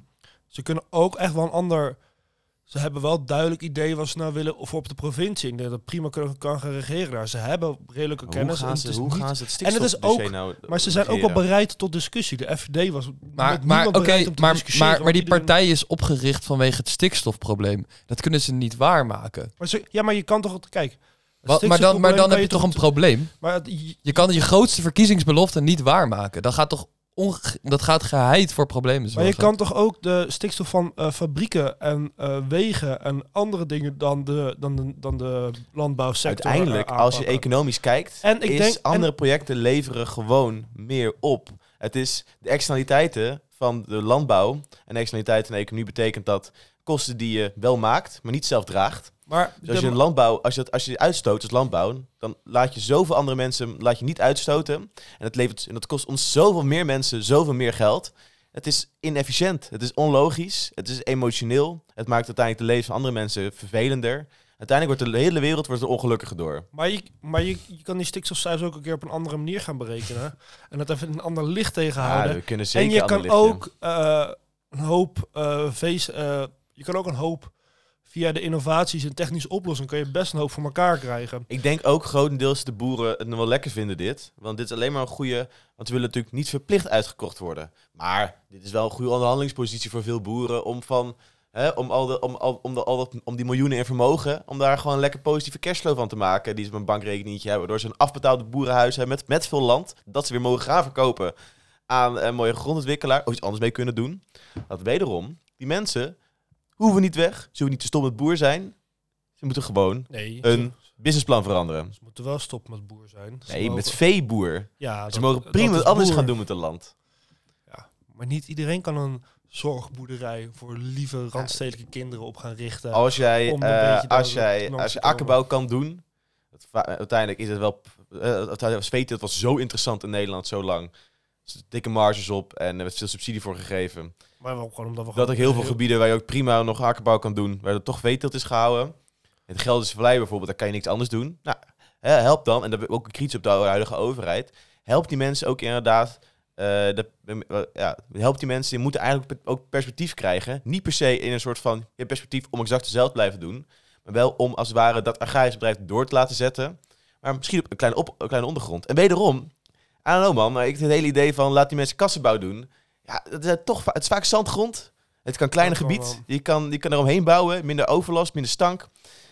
ze kunnen ook echt wel een ander... Ze hebben wel duidelijk idee wat ze nou willen of op de provincie. Ik denk dat het prima kan, kan gaan regeren daar. Ze hebben redelijke Hoe kennis. en gaan het ze, is hoe niet- gaan ze het en het is stikstofdossier ook- nou Maar ze zijn ook wel regeren? bereid tot discussie. De F V D was Maar, met maar niemand oké, bereid om te maar, discussiëren, maar, maar want die iedereen- partij is opgericht vanwege het stikstofprobleem. Dat kunnen ze niet waarmaken. Maar ze, ja, maar je kan toch... Kijk, het Wat, maar dan, maar stikstofprobleem dan kan heb je toch een probleem? Maar het- je- Je kan je grootste verkiezingsbelofte niet waarmaken. Dat gaat toch onge- dat gaat geheid voor problemen Maar zorgen. je kan toch ook de stikstof van eh, fabrieken en eh, wegen en andere dingen dan de, dan de, dan de landbouwsector Uiteindelijk, eh, als je aanpakken. economisch kijkt, En ik is denk- andere en- projecten leveren gewoon meer op. Het is de externaliteiten van de landbouw en de externaliteiten in de economie betekent dat kosten die je wel maakt, maar niet zelf draagt. Maar Dus als de- je een landbouw, als je, het, als je uitstoot als landbouw, dan laat je zoveel andere mensen laat je niet uitstoten. En dat, levert, en dat kost ons zoveel meer mensen, zoveel meer geld. Het is inefficiënt, het is onlogisch, het is emotioneel. Het maakt uiteindelijk de leven van andere mensen vervelender. Uiteindelijk wordt de hele wereld wordt er ongelukkiger door. Maar, je, maar je, je kan die stikstofcijfers ook een keer op een andere manier gaan berekenen. En dat even in een ander licht tegenhouden. Ja, we kunnen zeker en je ander kan licht in. ook eh, een hoop uh, vees, uh, je kan ook een hoop via de innovaties en technische oplossingen kun je best een hoop voor elkaar krijgen. Ik denk ook grotendeels de boeren het nog wel lekker vinden dit. Want dit is alleen maar een goede... Want we willen natuurlijk niet verplicht uitgekocht worden. Maar dit is wel een goede onderhandelingspositie voor veel boeren om van... Hè, om, al de, om, al, om, de, al dat, om die miljoenen in vermogen, om daar gewoon een lekker positieve cashflow van te maken. Die ze op een bankrekeningetje hebben. Waardoor ze een afbetaalde boerenhuis hebben met, met veel land. Dat ze weer mogen gaan verkopen aan een mooie grondontwikkelaar. Of iets anders mee kunnen doen. Dat wederom, die mensen hoeven niet weg. Ze hoeven niet te stoppen met boer zijn. Ze moeten gewoon Nee, een businessplan veranderen. ze moeten wel stoppen met boer zijn. Ze Nee, mogen- met veeboer. Ja, Ze dat- mogen dat prima is wat anders boer. gaan doen met het land. Ja, maar niet iedereen kan een zorgboerderij voor lieve randstedelijke kinderen op gaan richten. Als jij, om een eh, beetje daar als jij, langs als te je akkerbouw kan doen, dat va- uiteindelijk is het wel, uh, uiteindelijk weet het was zo interessant in Nederland zo lang. Er zitten dikke marges op en er werd veel subsidie voor gegeven. Maar wel gewoon omdat we Dat gewoon ook heel veel gebieden waar je ook prima nog akkerbouw kan doen, waar er toch veeteelt is gehouden. Het Gelderse Vallei bijvoorbeeld, daar kan je niks anders doen. Nou, hè, help dan, en daar ben ik ook kritisch op de huidige overheid, help die mensen ook inderdaad. Uh, de, uh, ja, help die mensen, die moeten eigenlijk ook perspectief krijgen. Niet per se in een soort van je hebt perspectief om exact hetzelfde te blijven doen. Maar wel om als het ware dat agrarische bedrijf door te laten zetten. Maar misschien op een kleine, op, een kleine ondergrond. En wederom, I don't know man, maar ik het hele idee van laat die mensen kassenbouw doen. Ja, het is, toch, het is vaak zandgrond. Het kan kleiner Dat kan gebied. Je kan, je kan eromheen bouwen. Minder overlast, minder stank.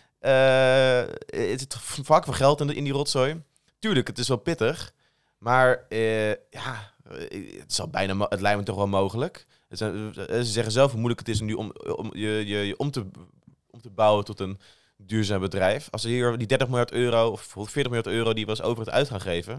Uh, het is vaak wel geld in, de, in die rotzooi. Tuurlijk, het is wel pittig. Maar uh, ja... Het, is al bijna mo- het lijkt me toch wel mogelijk. Het zijn, ze zeggen zelf hoe moeilijk het is om, nu om, om je, je, je om, te, om te bouwen tot een duurzaam bedrijf. Als ze hier die dertig miljard euro of veertig miljard euro die we als overheid uit gaan geven,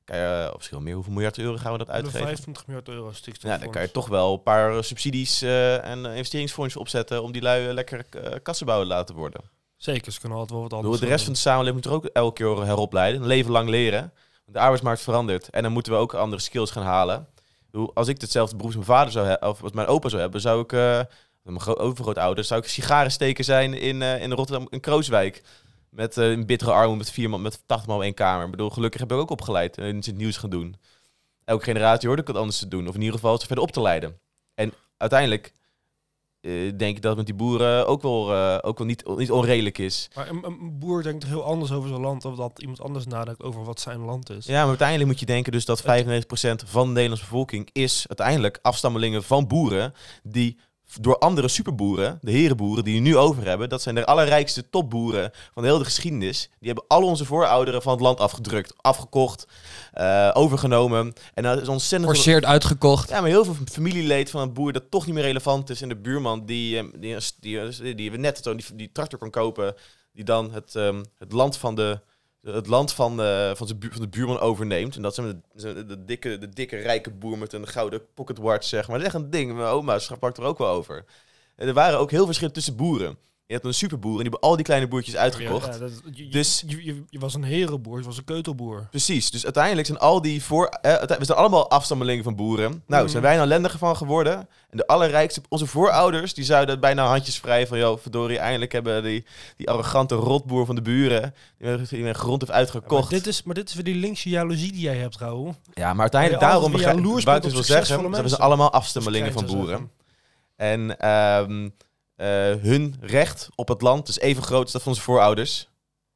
kan je, of misschien wel meer, hoeveel miljard euro gaan we dat uitgeven? vijfentwintig miljard euro stikstof. Ja, dan kan je toch wel een paar subsidies uh, en investeringsfondsen opzetten om die lui uh, lekker uh, kassenbouwen te laten worden. Zeker, ze kunnen altijd wel wat anders Door de rest van de samenleving moet er ook elke keer heropleiden, een leven lang leren. De arbeidsmarkt verandert en dan moeten we ook andere skills gaan halen. Als ik hetzelfde beroep als mijn vader zou hebben, of als mijn opa zou hebben, zou ik, uh, mijn gro- overgrootouders, zou ik sigarensteker zijn in, uh, in Rotterdam, in Krooswijk. Met uh, een bittere armoede, met vier man, met tachtig man op één kamer. Ik bedoel, gelukkig heb ik ook opgeleid en iets in het nieuws gaan doen. Elke generatie hoorde ik wat anders te doen, of in ieder geval ze verder op te leiden. En uiteindelijk uh, denk ik dat het met die boeren ook wel, uh, ook wel niet, niet onredelijk is. Maar een, een boer denkt heel anders over zijn land, of dat iemand anders nadenkt over wat zijn land is. Ja, maar uiteindelijk moet je denken dus dat vijfennegentig procent van de Nederlandse bevolking is uiteindelijk afstammelingen van boeren die door andere superboeren, de herenboeren die we nu over hebben, dat zijn de allerrijkste topboeren van de hele geschiedenis. Die hebben al onze voorouderen van het land afgedrukt, afgekocht, uh, overgenomen. En dat is ontzettend... Forceerd uitgekocht. Ja, maar heel veel familieleed van een boer dat toch niet meer relevant is. En de buurman die, die, die, die, die net die, die tractor kan kopen, die dan het, um, het land van de... het land van, uh, van, bu- van de buurman overneemt. En dat is de, de, de, dikke, de dikke rijke boer met een gouden pocket watch, zeg maar. Dat is echt een ding. Mijn oma sprak er ook wel over. En er waren ook heel verschillen tussen boeren. Je hebt een superboer en die hebben al die kleine boertjes uitgekocht. Ja, dat, je, dus je, je, je was een herenboer, je was een keutelboer. Precies. Dus uiteindelijk zijn al die voor... Eh, we zijn allemaal afstammelingen van boeren. Nou, Mm. zijn wij nou ellendiger van geworden? En de allerrijkste, onze voorouders, die zouden bijna handjes vrij van... joh, verdorie, eindelijk hebben die, die arrogante rotboer van de buren... die die mijn grond heeft Ja, uitgekocht. maar, dit is, maar dit is weer die linkse jaloezie die jij hebt, Raoul. Ja, maar uiteindelijk Ja, daarom als we begrijp jaloers wou ik bent dus op wel zeggen, succesvolle ze zijn mensen. allemaal afstammelingen van Dus krijg je boeren. En ehm, uh, hun recht op het land is even groot als dat van onze voorouders.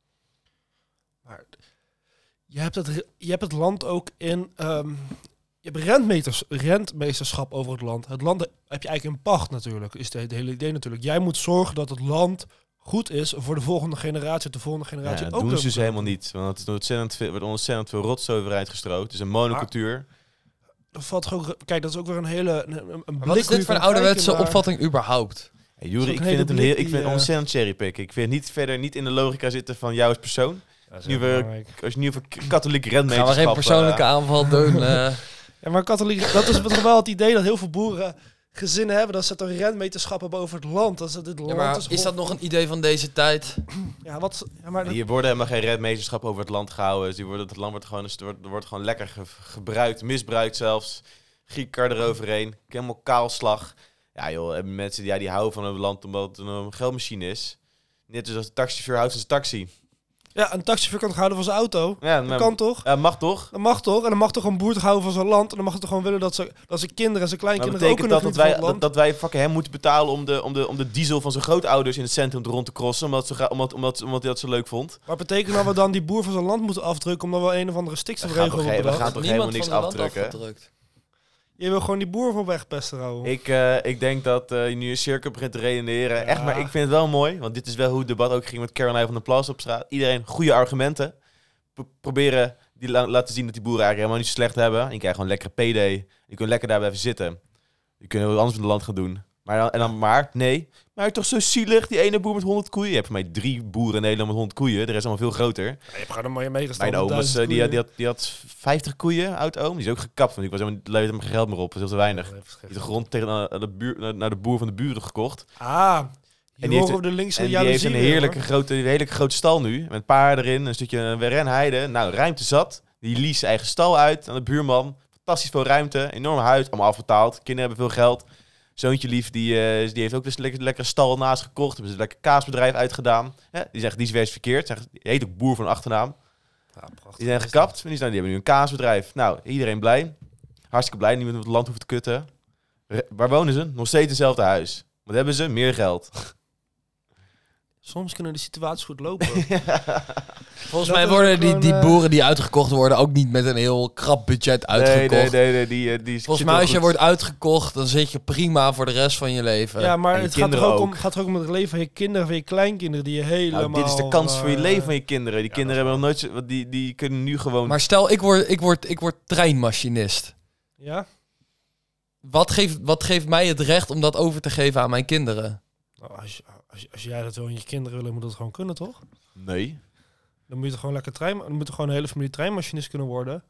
Maar je hebt het, re- je hebt het land ook in... Um, je hebt rentmeters, rentmeesterschap over het land. Het land heb je eigenlijk in pacht natuurlijk, is het hele idee natuurlijk. Jij moet zorgen dat het land goed is voor de volgende generatie, de volgende generatie Ja, dat ook. doen ze dat dus moet helemaal doen. niet. Want het is ontzettend veel, wordt ontzettend veel rotzooi eruit gestrooid. Het is een monocultuur. Dat valt toch ook, kijk, dat is ook weer een hele een, een Maar blik wat is hoe dit je voor een kan ouderwetse kijken naar- opvatting überhaupt? Hey, Dat is Juri, ook ik een vind het een hele heel, blik ik vind die, het uh, ontzettend cherrypicken. Ik vind het niet verder niet in de logica zitten van jou als persoon. Ja, dat is Nu heel weer- belangrijk. Als je nu over k- katholiek Gaan we rentmeesterschap... geen persoonlijke uh, aanval doen? eh. Ja, maar katholiek, dat is toch wel het idee dat heel veel boeren gezinnen hebben, dat ze toch rentmeterschap hebben over het land. Dat ze dit land Ja, maar is, is dat nog een idee van deze tijd? Ja, wat? Ja, maar dat- Hier worden helemaal geen rentmeesterschap over het land gehouden. Dus die worden, het land wordt gewoon, het wordt, wordt gewoon lekker ge- gebruikt, misbruikt zelfs. Griekar eroverheen, helemaal kaalslag. Ja joh, en mensen die, ja, die houden van het land omdat het een geldmachine is. Net als de taxichauffeur houdt van zijn taxi. ja, een taxichauffeur kan toch houden van zijn auto? Ja, Dat maar- kan toch? Ja, mag toch? Dat mag toch? En dan mag toch een boer toch houden van zijn land? En dan mag het toch gewoon willen dat, ze, dat zijn kinderen en zijn Maar kleinkinderen ook betekent kunnen dat dat genieten wij, van het dat, dat wij fucking hem moeten betalen om de, om, de, om de diesel van zijn grootouders in het centrum rond te crossen, omdat, ze, gra- omdat, omdat, omdat hij dat zo leuk vond? land. Maar betekent dat we dan die boer van zijn land moeten afdrukken omdat we een of andere We stikstofregel gaan toch, hebben he- we bedacht? gaan toch helemaal niks van de land afdrukken? afgedrukt. Je wil gewoon die boer van wegpesten, Raoul. Ik, uh, ik denk dat uh, je nu een cirkel begint te redeneren. Ja. Echt, maar ik vind het wel mooi, want dit is wel hoe het debat ook ging met Caroline van der Plas op straat. Iedereen goede argumenten. Pro- proberen die la- laten zien dat die boeren eigenlijk helemaal niet zo slecht hebben. Je krijgt gewoon lekkere P D. Je kunt lekker daar blijven zitten. Je kunt heel anders met het land gaan doen. Maar dan, en dan maar, nee. Maar toch zo zielig, die ene boer met honderd koeien. Je hebt voor mij drie boeren in Nederland met honderd koeien. De rest is allemaal veel groter. Ja, je hebt gewoon een mooie meegesteld. Mijn oom was, uh, die, die, had, die had vijftig koeien, oud oom. Die is ook gekapt, want ik was helemaal leverde hem geen geld meer op. Dat is heel te weinig. Die heeft de grond tegen naar de, buur, naar, naar de boer van de buren gekocht. Ah, En en die die heeft- over de linkse En die heeft jaloezie een weer, heerlijke hoor. grote, een heerlijke grote stal nu. Met paarden erin, een stukje renheide. Nou, ruimte zat. Die lease zijn eigen stal uit aan de buurman. Fantastisch veel ruimte, enorm huis, allemaal afbetaald. Kinderen hebben veel geld. Zoontje lief, die, uh, die heeft ook dus lekker, lekkere stal naast gekocht. Hebben ze een lekker kaasbedrijf uitgedaan. Ja, die zegt, die is weer eens verkeerd. Zegt, die heet ook boer van achternaam. Ja, prachtig. Die zijn gekapt. En die, zijn, die hebben nu een kaasbedrijf. Nou, iedereen blij. Hartstikke blij, niet meer met het land hoeven te kutten. Re- waar wonen ze? Nog steeds in hetzelfde huis. Wat hebben ze? Meer geld. Soms kunnen de situaties goed lopen. Volgens Dat mij is worden die, gewoon, die eh, boeren die uitgekocht worden ook niet met een heel krap budget uitgekocht. Nee, nee, nee. nee die, uh, die Volgens zit mij wel als je goed. wordt uitgekocht, dan zit je prima voor de rest van je leven. Ja, En maar je het gaat, er kinderen ook om, ook. gaat er ook om het leven van je kinderen, van je kleinkinderen, die je helemaal... Nou, dit is de kans voor je eh, leven van je kinderen. Die ja, kinderen dat hebben is nog nooit... zo- Die, die kunnen nu gewoon... Maar stel, ik word, ik word, ik word treinmachinist. Ja? Wat geeft, wat geeft mij het recht om dat over te geven aan mijn kinderen? Nou, als, je- als, je- als jij dat wil en je kinderen willen, moet dat gewoon kunnen, toch? Nee. Dan moet je toch gewoon lekker trein... Dan moet er gewoon een hele familie treinmachinist kunnen worden.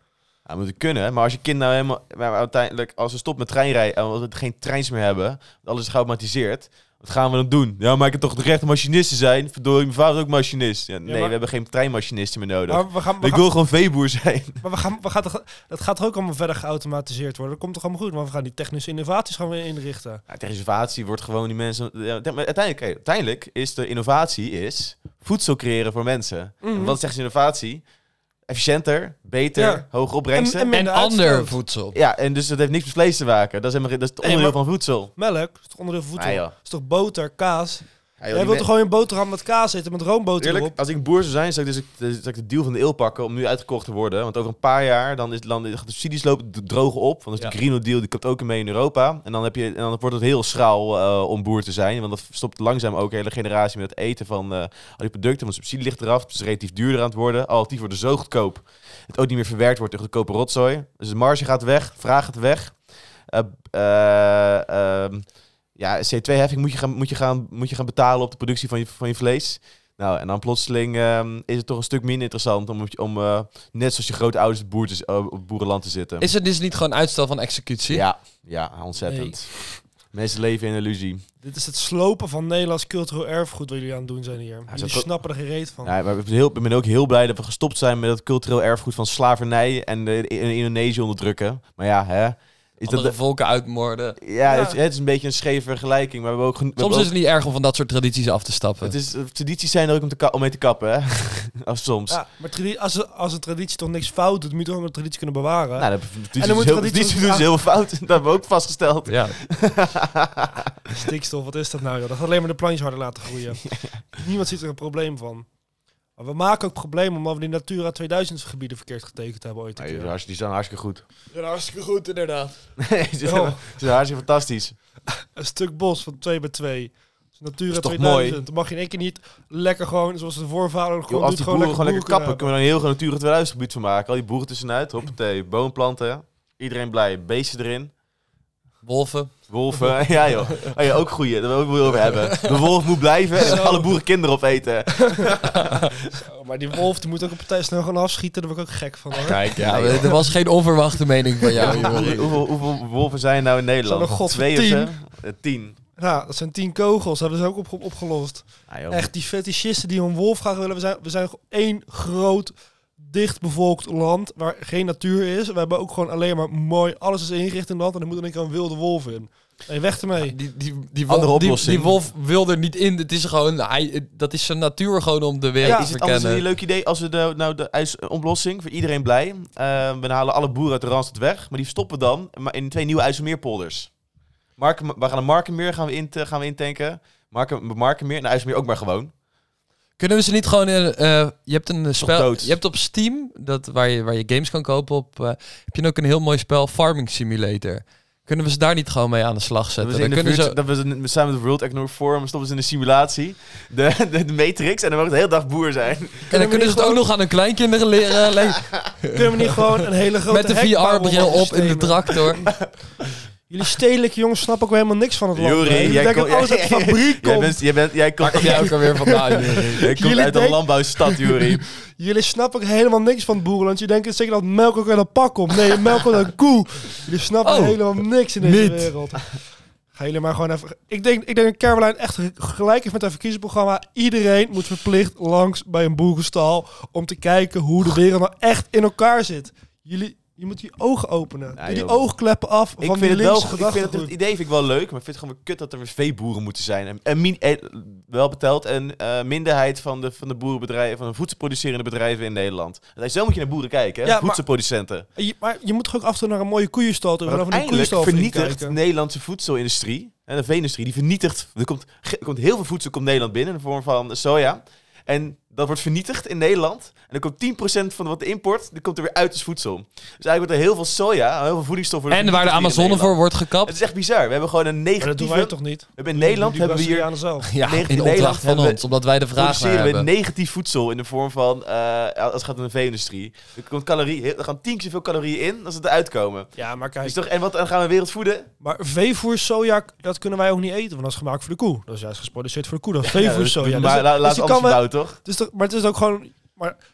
Ja, moet het kunnen, maar als je kind nou helemaal... Maar uiteindelijk, als we stoppen met treinrijden en als we geen treins meer hebben, alles is geautomatiseerd, wat gaan we dan doen? Ja, maar ik heb toch het recht om machinist te zijn? Verdorie, mijn vader is ook machinist. Ja, nee, ja, maar... we hebben geen treinmachinisten meer nodig. Maar we gaan, we ik gaan... wil gewoon veeboer zijn. Maar we gaan, we gaan toch, dat gaat toch ook allemaal verder geautomatiseerd worden? Dat komt toch allemaal goed? Maar we gaan die technische innovaties gaan we inrichten. Ja, technische innovatie wordt gewoon die mensen... Ja, maar uiteindelijk, hey, uiteindelijk is de innovatie is voedsel creëren voor mensen. Mm-hmm. En wat zegt innovatie? Efficiënter, beter, ja. hoge opbrengsten. En, en, en ander voedsel. Ja, en dus dat heeft niks met vlees te maken. Dat is, helemaal, dat is het onderdeel hey, van voedsel. Melk is toch onderdeel van voedsel? Ah, is toch boter, kaas? Ja, joh, Jij wilt toch gewoon een boterham met kaas eten, met roomboter Eerlijk, erop? als ik een boer zou zijn, zou ik, dus, zou ik de deal van de eeuw pakken om nu uitgekocht te worden. Want over een paar jaar, dan, is, dan gaat de subsidies lopen drogen op. Want dus ja. de Green Deal, die komt ook mee in Europa. En dan, heb je, en dan wordt het heel schraal uh, om boer te zijn. Want dat stopt langzaam ook een hele generatie met het eten van uh, al die producten. Want de subsidie ligt eraf, het is relatief duurder aan het worden. Alternatief worden zo goedkoop. Het ook niet meer verwerkt wordt tegen goedkope rotzooi. Dus de marge gaat weg, vraag gaat weg. Uh, uh, uh, Ja, C O twee heffing moet je, gaan, moet, je gaan, moet je gaan betalen op de productie van je, van je vlees. Nou, en dan plotseling um, is het toch een stuk minder interessant om, om uh, net zoals je grootouders boer te, uh, op boerenland te zitten. Is het dus niet gewoon uitstel van executie? Ja, ja, ontzettend. Nee. Mensen leven in illusie. Dit is het slopen van Nederlands cultureel erfgoed wat jullie aan het doen zijn hier. Ja, jullie snappen er geen reet van. Ja, maar ik ben, heel, ik ben ook heel blij dat we gestopt zijn met het cultureel erfgoed van slavernij en de, in Indonesië onderdrukken. Maar ja, hè... Is dat de volken uitmoorden. Ja, ja. Het, het is een beetje een scheve vergelijking. Maar we hebben ook geno- Soms we hebben is het niet erg om van dat soort tradities af te stappen. Het is, tradities zijn er ook om, te ka- om mee te kappen, hè? Als soms. Ja, maar tradi- als, als een traditie toch niks fout doet, moet je toch ook een traditie kunnen bewaren. Nou, traditie en dan moet traditie doen heel fout. Dat hebben we ook vastgesteld. Ja. Stikstof, wat is dat nou? Joh? Dat gaat alleen maar de plantjes harder laten groeien. Niemand ziet er een probleem van. Maar we maken ook problemen omdat we die Natura tweeduizend gebieden verkeerd getekend hebben ooit. Ja, die zijn hartstikke goed. Ja, hartstikke goed inderdaad. Nee, die zijn, oh. zijn hartstikke fantastisch. Een stuk bos van twee bij twee. Dus Natura dat is tweeduizend. Dan mag je in één keer niet lekker gewoon, zoals de voorvader gewoon Yo, als doet, die gewoon boeren lekker gewoon lekker kappen, kunnen we dan een heel groot Natura tweeduizend gebied van maken. Al die boeren tussenuit, hoppatee, boomplanten. Iedereen blij, beesten erin. Wolven. Wolven, ja joh. Oh, ja, ook goeie, daar wil ik wel over hebben. De wolf moet blijven en alle boeren kinderen opeten. Zo, maar die wolf die moet ook op partij snel gaan afschieten, daar word ik ook gek van hoor. Kijk, ja, ja er was geen onverwachte mening van jou. Ja, hoeveel, hoeveel wolven zijn er nou in Nederland? God, Twee of zo? Uh, tien. Ja, dat zijn tien kogels, dat hebben ze ook op, op, opgelost. Ah, joh. Echt, die fetischisten die een wolf graag willen, we zijn, we zijn één groot... dichtbevolkt land waar geen natuur is. We hebben ook gewoon alleen maar mooi... Alles is ingericht in het land en er moet dan een keer een wilde wolf in. Hey, weg ermee. Ja, die, die, die, wolf, die, die wolf wil er niet in. Het is gewoon... Hij, dat is zijn natuur gewoon om de wereld ja, te is het verkennen. anders een leuk idee als we de, nou, de ijsoplossing voor iedereen blij. Uh, we halen alle boeren uit de Randstad weg. Maar die stoppen dan in twee nieuwe IJsselmeerpolders. Marken, we gaan een Markenmeer gaan we, in, gaan we intanken. Marken, Markenmeer en IJsselmeer ook maar gewoon. Kunnen we ze niet gewoon... Uh, uh, je hebt een spel... Je hebt op Steam, dat, waar, je, waar je games kan kopen, op, uh, heb je ook een heel mooi spel, Farming Simulator. Kunnen we ze daar niet gewoon mee aan de slag zetten? Dat we, dan de kunnen virtu- ze... dat we samen met het World Economic Forum stoppen ze in de simulatie, de, de, de Matrix, en dan mogen ze de hele dag boer zijn. En dan kunnen, kunnen ze het ook nog aan hun kleinkinderen leren. Le- kunnen we niet gewoon een hele grote met de V R-bril op in de tractor. Jullie stedelijke jongens snappen ook helemaal niks van het land. Juri, jij denken alles uit de fabriek komt. Jij bent, jij bent, jij komt, Waar kom jij ook alweer vandaan, Juri? Jij komt uit een landbouwstad, Juri. Jullie snappen ook helemaal niks van het boerenland. Je denkt zeker dat melk ook uit een pak komt. Nee, melk uit een koe. Jullie snappen oh, helemaal niks in deze niet. wereld. Ga jullie maar gewoon even... Ik denk, ik denk dat Caroline echt gelijk heeft met haar verkiezingsprogramma. Iedereen moet verplicht langs bij een boerenstal om te kijken hoe de wereld nou echt in elkaar zit. Jullie... Je moet je ogen openen. Ja, die oogkleppen af ik van vind die het wel, linkse ik vind het, het idee vind ik wel leuk, maar ik vind het gewoon weer kut dat er weer veeboeren moeten zijn. En, en min, eh, wel beteld een uh, minderheid van de, van de boerenbedrijven, van de voedselproducerende bedrijven in Nederland. En zo moet je naar boeren kijken, hè? Ja, voedselproducenten. Maar je, maar je moet toch ook af en toe naar een mooie koeienstal toe. Maar uiteindelijk vernietigt de Nederlandse voedselindustrie, en de vee-industrie, die vernietigt. Er komt, er komt heel veel voedsel komt Nederland binnen in de vorm van soja. En dat wordt vernietigd in Nederland. En dan komt tien procent van wat de import, die komt er weer uit als voedsel. Dus eigenlijk wordt er heel veel soja, heel veel voedingsstoffen. En waar de Amazone voor wordt gekapt. Het is echt bizar. We hebben gewoon een negatieve... Maar dat doen wij toch niet? We hebben in Nederland hebben we hier... Ja, in, in opdracht van ons, omdat wij de vraag naar hebben. We negatief voedsel in de vorm van... Uh, als het gaat om de vee-industrie. Er, komt calorie, er gaan tien keer zoveel calorieën in als het eruit komen. Ja, maar kijk... Dus toch, en wat dan gaan we wereld voeden? Maar veevoer soja, dat kunnen wij ook niet eten. Want dat is gemaakt voor de koe. Dat is juist geproduceerd voor de koe. Dat is veevoer soja. Maar dus, laat dus het anders verbouwen, toch? Dus toch? Maar het is ook gewoon... Maar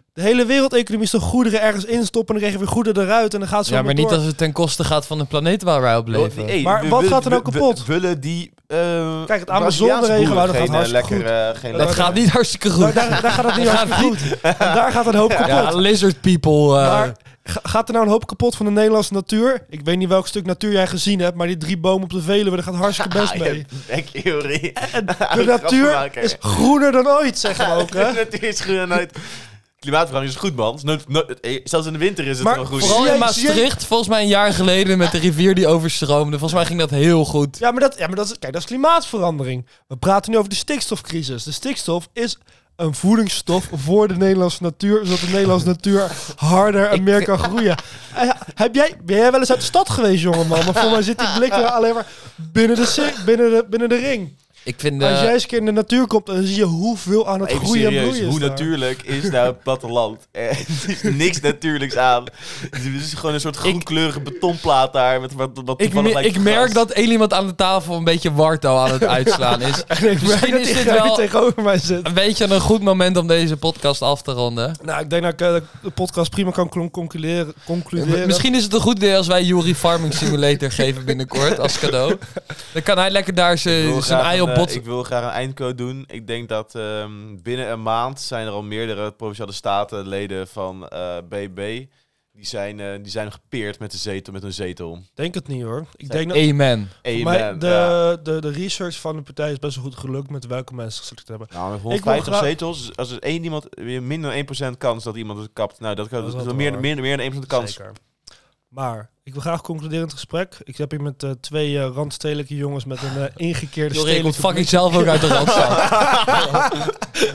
De hele wereldeconomie is toch goederen ergens instoppen en dan krijg je weer goederen eruit en dan gaat het zo Ja, maar door. niet als het ten koste gaat van de planeet waar wij op leven. Hey, Maar we- wat we- gaat er nou we- kapot? We willen die... Uh, Kijk, het Amazone-regenwoud, dat gaat geen, eh, hartstikke lekker, goed. uh, geen Dat Het gaat niet hartstikke goed. Daar, daar, daar gaat het niet Dat hartstikke goed. En daar gaat een hoop kapot. Ja, lizard people. uh, Maar ga- gaat er nou een hoop kapot van de Nederlandse natuur? Ik weet niet welk stuk natuur jij gezien hebt, maar die drie bomen op de Veluwe, daar gaat hartstikke best mee. Denk Juri. En de natuur is groener dan ooit, zeggen we ook, hè? De natuur is groen en nooit... Klimaatverandering is goed, man. Is nooit- nooit- eh, zelfs in de winter is het Maar wel goed. Vooral Zie in jij- zie jij- Maastricht, volgens mij een jaar geleden met de rivier die overstroomde. Volgens mij ging dat heel goed. Ja, maar dat, ja, maar dat, is, kijk, dat is klimaatverandering. We praten nu over de stikstofcrisis. De stikstof is een voedingsstof voor de Nederlandse natuur, zodat de Nederlandse natuur harder en Ik- meer kan groeien. Eh, heb jij, ben jij wel eens uit de stad geweest, jongeman? Maar voor mij zit die blik weer alleen maar binnen de, cir- binnen de, binnen de ring. Ik vind... Als eh, jij eens een keer in de natuur komt, dan zie je hoeveel aan het Even groeien en serieus, bloeien is hoe daar. natuurlijk is nou het platteland? Er is niks natuurlijks aan. Het is gewoon een soort groenkleurige betonplaat daar. Met wat, wat ik, toevallig me- lijkt ik op merk gras. dat één iemand aan de tafel een beetje warto aan het uitslaan is. En ik merk Misschien dat is die dit guy wel- tegenover mij zit. Een beetje een goed moment om deze podcast af te ronden. Nou, ik denk dat ik eh, de podcast prima kan con- concluderen. concluderen. Misschien is het een goed idee als wij Yuri Farming Simulator geven binnenkort als cadeau. Dan kan hij lekker daar Ik wil zijn zijn graag ei een, op eh, bot. Ik wil graag een eindcode doen. Ik denk dat ehm, binnen een maand zijn er al meerdere Provinciale Staten leden van eh B B. Die zijn, eh, die zijn gepeerd met, de zetel, met een zetel. denk het niet hoor. Ik denk dat Amen. voor mij de, de, de research van de partij is best wel goed gelukt met welke mensen geselecteerd hebben. Nou, met Ik wil honderdvijftig graag- zetels, als er één iemand, weer minder dan één procent kans dat iemand het kapt. Nou, dat, kan, Dat is dat is wel wel meer, waar. meer, meer dan één procent kans. Zeker. Maar ik wil graag concluderen in het gesprek. Ik heb hier met eh, twee eh, randstedelijke jongens met een eh, ingekeerde Jorie, ik komt stedelijke fucking zelf ook uit de Randstad.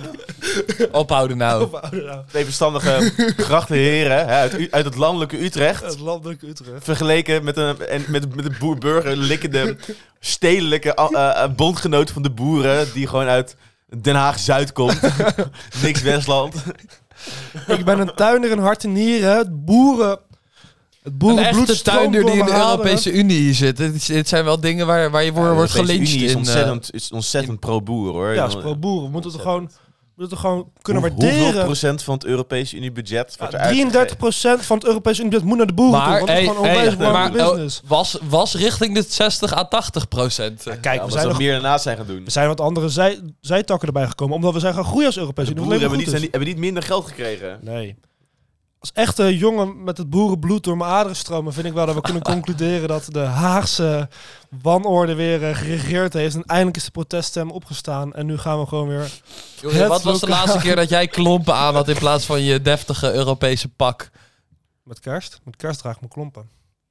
Ophouden nou. blik. Nou, Twee verstandige grachtenheren hè, uit, U- uit het landelijke Utrecht. het landelijke Utrecht. Vergeleken met een, en met, met een boer-burger likkende stedelijke uh, uh, bondgenoot van de boeren. Die gewoon uit Den Haag-Zuid komt. Niks Westland. Ik ben een tuinder in hart en nieren. Het boeren... Het Een boerenbloed echte stroomt tuinder door die in de mijn aderen. Europese Unie zit. Dit, is- dit zijn wel dingen waar, waar je voor Ja, wordt de Europese gelyncht Unie is in. ontzettend, is ontzettend pro-boer hoor. Ja, is pro-boeren. We moeten het gewoon, we moeten het gewoon kunnen Hoe- Hoeveel waarderen. procent van het Europese Unie-budget wordt Ja, er drieëndertig procent van het Europese Unie moet naar de boeren toe. Maar, Want dat is hey, gewoon hey, onwijs warme maar, business. oh, was, was richting de zestig à tachtig procent. Kijk, Ja, we omdat zijn, ze nog, meer daarnaast zijn gaan doen. we zijn wat andere zij, zijtakken erbij gekomen. Omdat we zijn gaan groeien als Europese De Unie. boeren wat hebben alleen niet, maar zijn niet- hebben niet minder geld gekregen. goed is. Nee. Als echte jongen met het boerenbloed door mijn aderen stromen... vind ik wel dat we kunnen concluderen dat de Haagse wanorde weer eh, geregeerd heeft. En eindelijk is de proteststem opgestaan. En nu gaan we gewoon weer... Jorie, Het wat was de lokaal. laatste keer dat jij klompen aan had in plaats van je deftige Europese pak? Met kerst? Met kerst draag ik mijn klompen.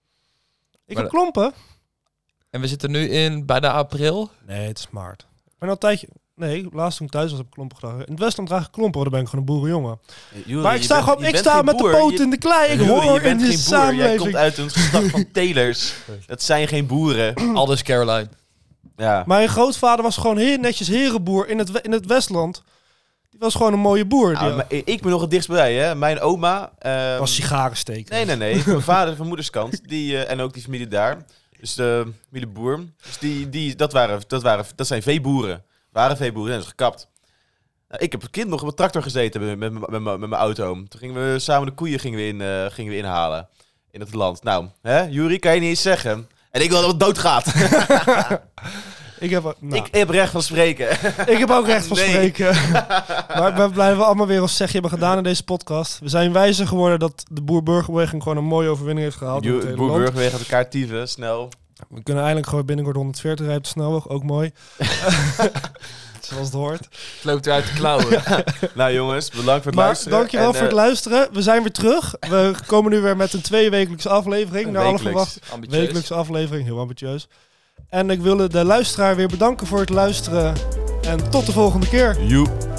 Ik Maar heb de- klompen? En we zitten nu in bijna april. Nee, het is maart. Ik ben al een tijdje... Nee, laatst toen ik thuis was heb ik klompen gedragen. In het Westland draag ik klompen, want dan ben ik gewoon een boerenjongen. Joeri, Maar ik je sta bent- gewoon, je ik bent sta geen met boer. de poot Je- in de klei. Ik Joeri, hoor je in bent die geen boer. Jij samenleving. komt uit een geslacht van telers. Dat zijn geen boeren. Aldus Caroline. Ja. Mijn grootvader was gewoon heel netjes herenboer in het, we- in het Westland. Die was gewoon een mooie boer. Die Nou, maar ik ben nog het dichtst bij, hè. Mijn oma... ehm, was sigaren steken. Nee, nee, nee. Mijn vader van moederskant. Die, eh, en ook die familie daar. Dus de familie Boer. Dus die, die, dat, waren, dat, waren, dat zijn veeboeren. Waren veeboeren. En dat is gekapt. Nou, ik heb als kind nog op een tractor gezeten met, met, met, met, met mijn auto. Toen gingen we samen de koeien gingen we in, uh, gingen we inhalen. In het land. Nou, hè, Joeri, kan je niet eens zeggen. En ik wil dat het doodgaat. Ik heb, nou, Ik heb recht van spreken. ik heb ook recht van Nee. spreken. Maar we blijven allemaal weer ons zegje hebben gedaan in deze podcast. We zijn wijzer geworden dat de boer-burgerbeweging gewoon een mooie overwinning heeft gehaald. in het hele land. Boer-burgerwegen uit elkaar tieven, snel. We kunnen eindelijk gewoon binnenkort honderdveertig rijden op de snelweg. Ook mooi. Zoals het hoort. Het loopt weer uit de klauwen. Nou jongens, bedankt voor het Maar luisteren. dankjewel En, voor het eh, luisteren. We zijn weer terug. We komen nu weer met een tweewekelijkse aflevering. Naar alle wekelijks. verwacht. Wekelijkse aflevering. Heel ambitieus. En ik wil de luisteraar weer bedanken voor het luisteren. En tot de volgende keer. Joep.